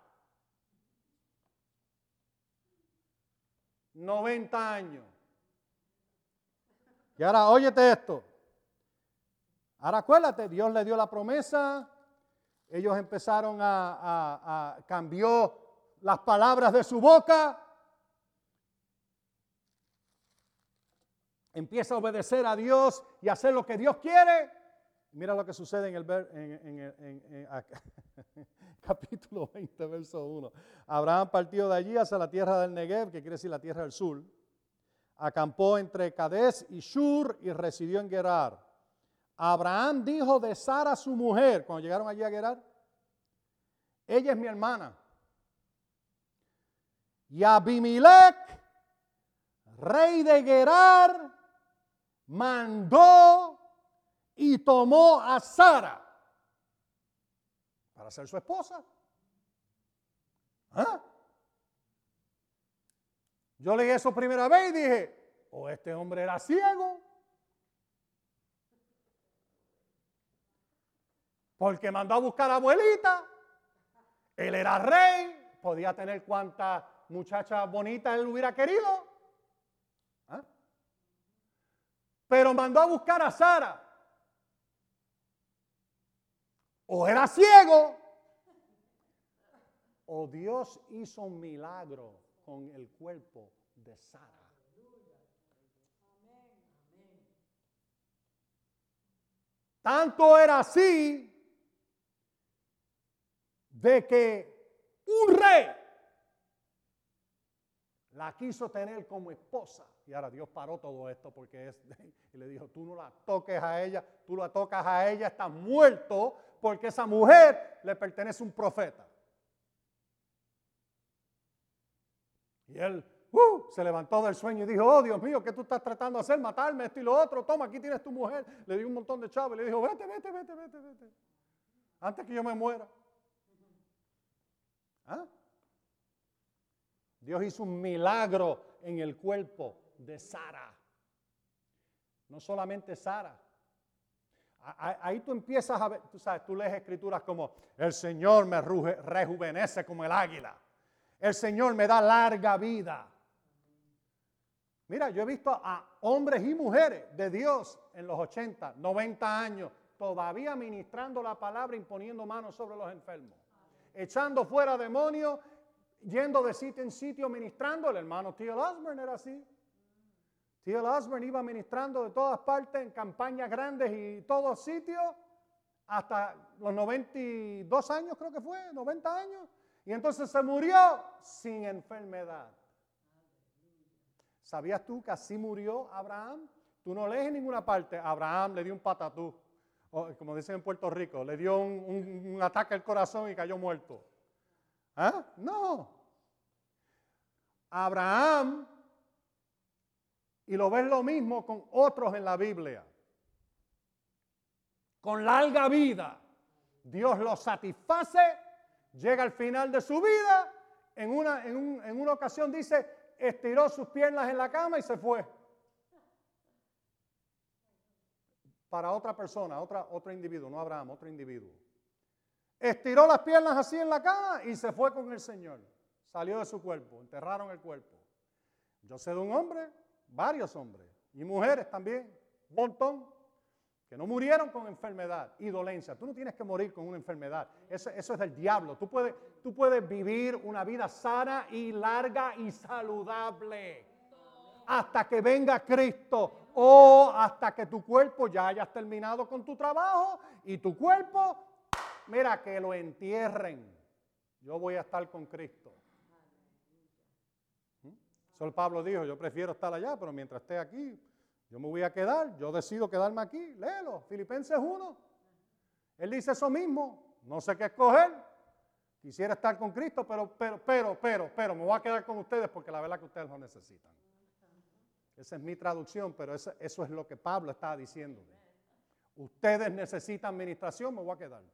noventa años. Y ahora óyete esto. Ahora acuérdate, Dios le dio la promesa. Ellos empezaron a, a, a cambió las palabras de su boca. Empieza a obedecer a Dios y a hacer lo que Dios quiere. Mira lo que sucede en el ver, en, en, en, en, en capítulo veinte, verso uno. Abraham partió de allí hacia la tierra del Negev, que quiere decir la tierra del sur. Acampó entre Cades y Shur y residió en Gerar. Abraham dijo de Sara su mujer, cuando llegaron allí a Gerar, ella es mi hermana. Y Abimelech, rey de Gerar, mandó y tomó a Sara para ser su esposa. ¿Ah? Yo leí eso primera vez y dije, o este hombre era ciego, porque mandó a buscar a abuelita, él era rey, podía tener cuantas muchachas bonitas él hubiera querido, ¿ah? Pero mandó a buscar a Sara. O era ciego, o Dios hizo un milagro con el cuerpo de Sara. Tanto era así de que un rey la quiso tener como esposa. Y ahora Dios paró todo esto porque es, y le dijo, tú no la toques a ella, tú la tocas a ella, estás muerto, porque esa mujer le pertenece a un profeta. Y él uh, se levantó del sueño y dijo, oh Dios mío, ¿qué tú estás tratando de hacer? Matarme, esto y lo otro. Toma, aquí tienes tu mujer. Le dio un montón de chavos y le dijo, vete, vete, vete, vete, vete. Antes que yo me muera. ¿Ah? Dios hizo un milagro en el cuerpo de Sara. No solamente Sara. Ahí tú empiezas a ver, tú sabes, tú lees escrituras como, el Señor me rejuvenece como el águila. El Señor me da larga vida. Mira, yo he visto a hombres y mujeres de Dios en los ochenta, noventa años, todavía ministrando la palabra, imponiendo manos sobre los enfermos, echando fuera demonios, yendo de sitio en sitio ministrando. El hermano T L Osborne era así. T L Osborne iba ministrando de todas partes en campañas grandes y todos sitios hasta los noventa y dos años, creo que fue, noventa años. Y entonces se murió sin enfermedad. ¿Sabías tú que así murió Abraham? Tú no lees en ninguna parte, Abraham le dio un patatú, o, como dicen en Puerto Rico, le dio un, un, un ataque al corazón y cayó muerto. ¿Ah? No. Abraham, y lo ves lo mismo con otros en la Biblia, con larga vida, Dios lo satisface, llega al final de su vida, en una, en, un, en una ocasión dice estiró sus piernas en la cama y se fue. Para otra persona, otra, otro individuo, no Abraham, otro individuo. Estiró las piernas así en la cama y se fue con el Señor. Salió de su cuerpo, enterraron el cuerpo. Yo sé de un hombre, varios hombres, y mujeres también, un montón, que no murieron con enfermedad y dolencia. Tú no tienes que morir con una enfermedad. Eso, eso es del diablo. Tú puedes, tú puedes vivir una vida sana y larga y saludable hasta que venga Cristo o hasta que tu cuerpo ya hayas terminado con tu trabajo y tu cuerpo, mira, que lo entierren. Yo voy a estar con Cristo. ¿Mm? Sol Pablo dijo, yo prefiero estar allá, pero mientras esté aquí, yo me voy a quedar, yo decido quedarme aquí. Léelo, Filipenses uno. Él dice eso mismo, no sé qué escoger. Quisiera estar con Cristo, pero, pero, pero, pero, pero, me voy a quedar con ustedes porque la verdad que ustedes lo necesitan. Esa es mi traducción, pero eso, eso es lo que Pablo está diciendo. Ustedes necesitan administración, me voy a quedar.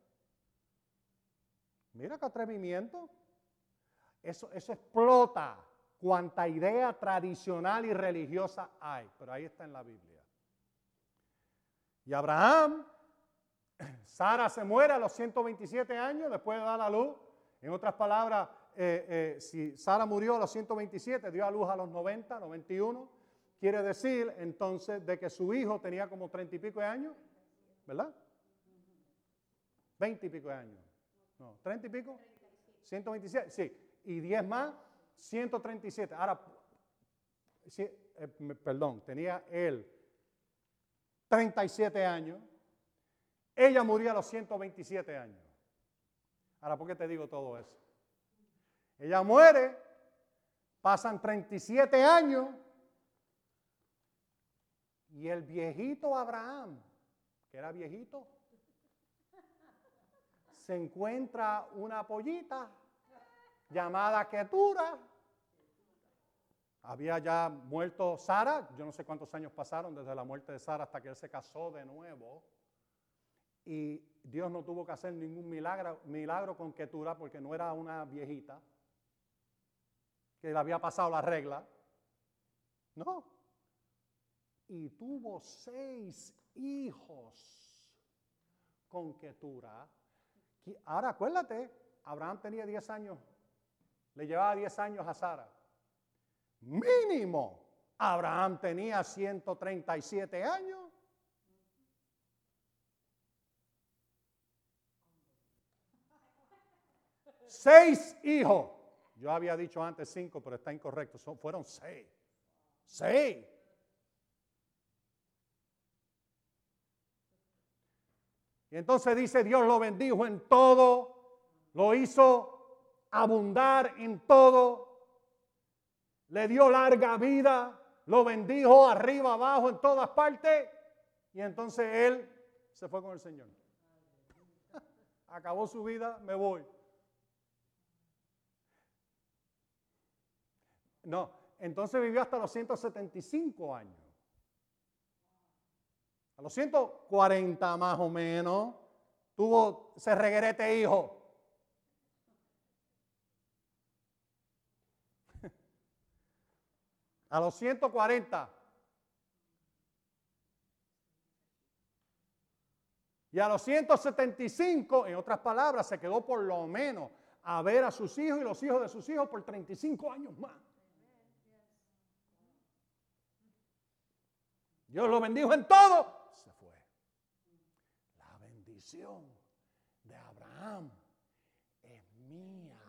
Mira qué atrevimiento. Eso, eso explota cuanta idea tradicional y religiosa hay, pero ahí está en la Biblia. Y Abraham, Sara se muere a los ciento veintisiete años después de dar a luz. En otras palabras, eh, eh, si Sara murió a los ciento veintisiete, dio a luz a los noventa, noventa y uno, quiere decir entonces de que su hijo tenía como treinta y pico de años, ¿verdad? veinte y pico de años. No, treinta y pico, ciento veintisiete, sí, y diez más, ciento treinta y siete. Ahora, sí, eh, perdón, tenía él treinta y siete años, ella murió a los ciento veintisiete años. Ahora, ¿por qué te digo todo eso? Ella muere, pasan treinta y siete años, y el viejito Abraham, que era viejito, se encuentra una pollita llamada Ketura. Había ya muerto Sara, yo no sé cuántos años pasaron desde la muerte de Sara hasta que él se casó de nuevo. Y Dios no tuvo que hacer ningún milagro, milagro con Ketura porque no era una viejita que le había pasado la regla. No. Y tuvo seis hijos con Ketura. Ahora acuérdate, Abraham tenía diez años, le llevaba diez años a Sara. Mínimo, Abraham tenía ciento treinta y siete años. Seis hijos. Yo había dicho antes cinco, pero está incorrecto. Son, fueron seis. Seis. Y entonces dice, Dios lo bendijo en todo, lo hizo abundar en todo, le dio larga vida, lo bendijo arriba, abajo, en todas partes. Y entonces él se fue con el Señor. Acabó su vida, me voy. No, entonces vivió hasta los ciento setenta y cinco años. A los ciento cuarenta más o menos, tuvo ese reguerete hijo. A los ciento cuarenta. Y a los ciento setenta y cinco, en otras palabras, se quedó por lo menos a ver a sus hijos y los hijos de sus hijos por treinta y cinco años más. Dios lo bendijo en todo. Se fue. La bendición de Abraham es mía.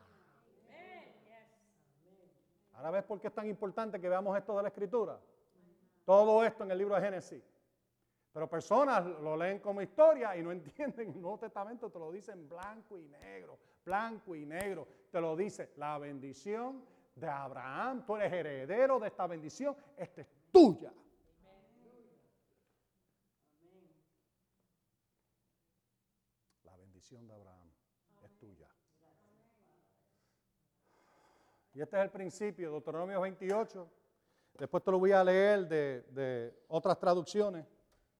Ahora ves por qué es tan importante que veamos esto de la Escritura. Todo esto en el libro de Génesis. Pero personas lo leen como historia y no entienden. El Nuevo Testamento te lo dice en blanco y negro. Blanco y negro. Te lo dice la bendición de Abraham. Tú eres heredero de esta bendición. Esta es tuya. La bendición de Abraham es tuya. Y este es el principio, Deuteronomio veintiocho. Después te lo voy a leer de, de otras traducciones.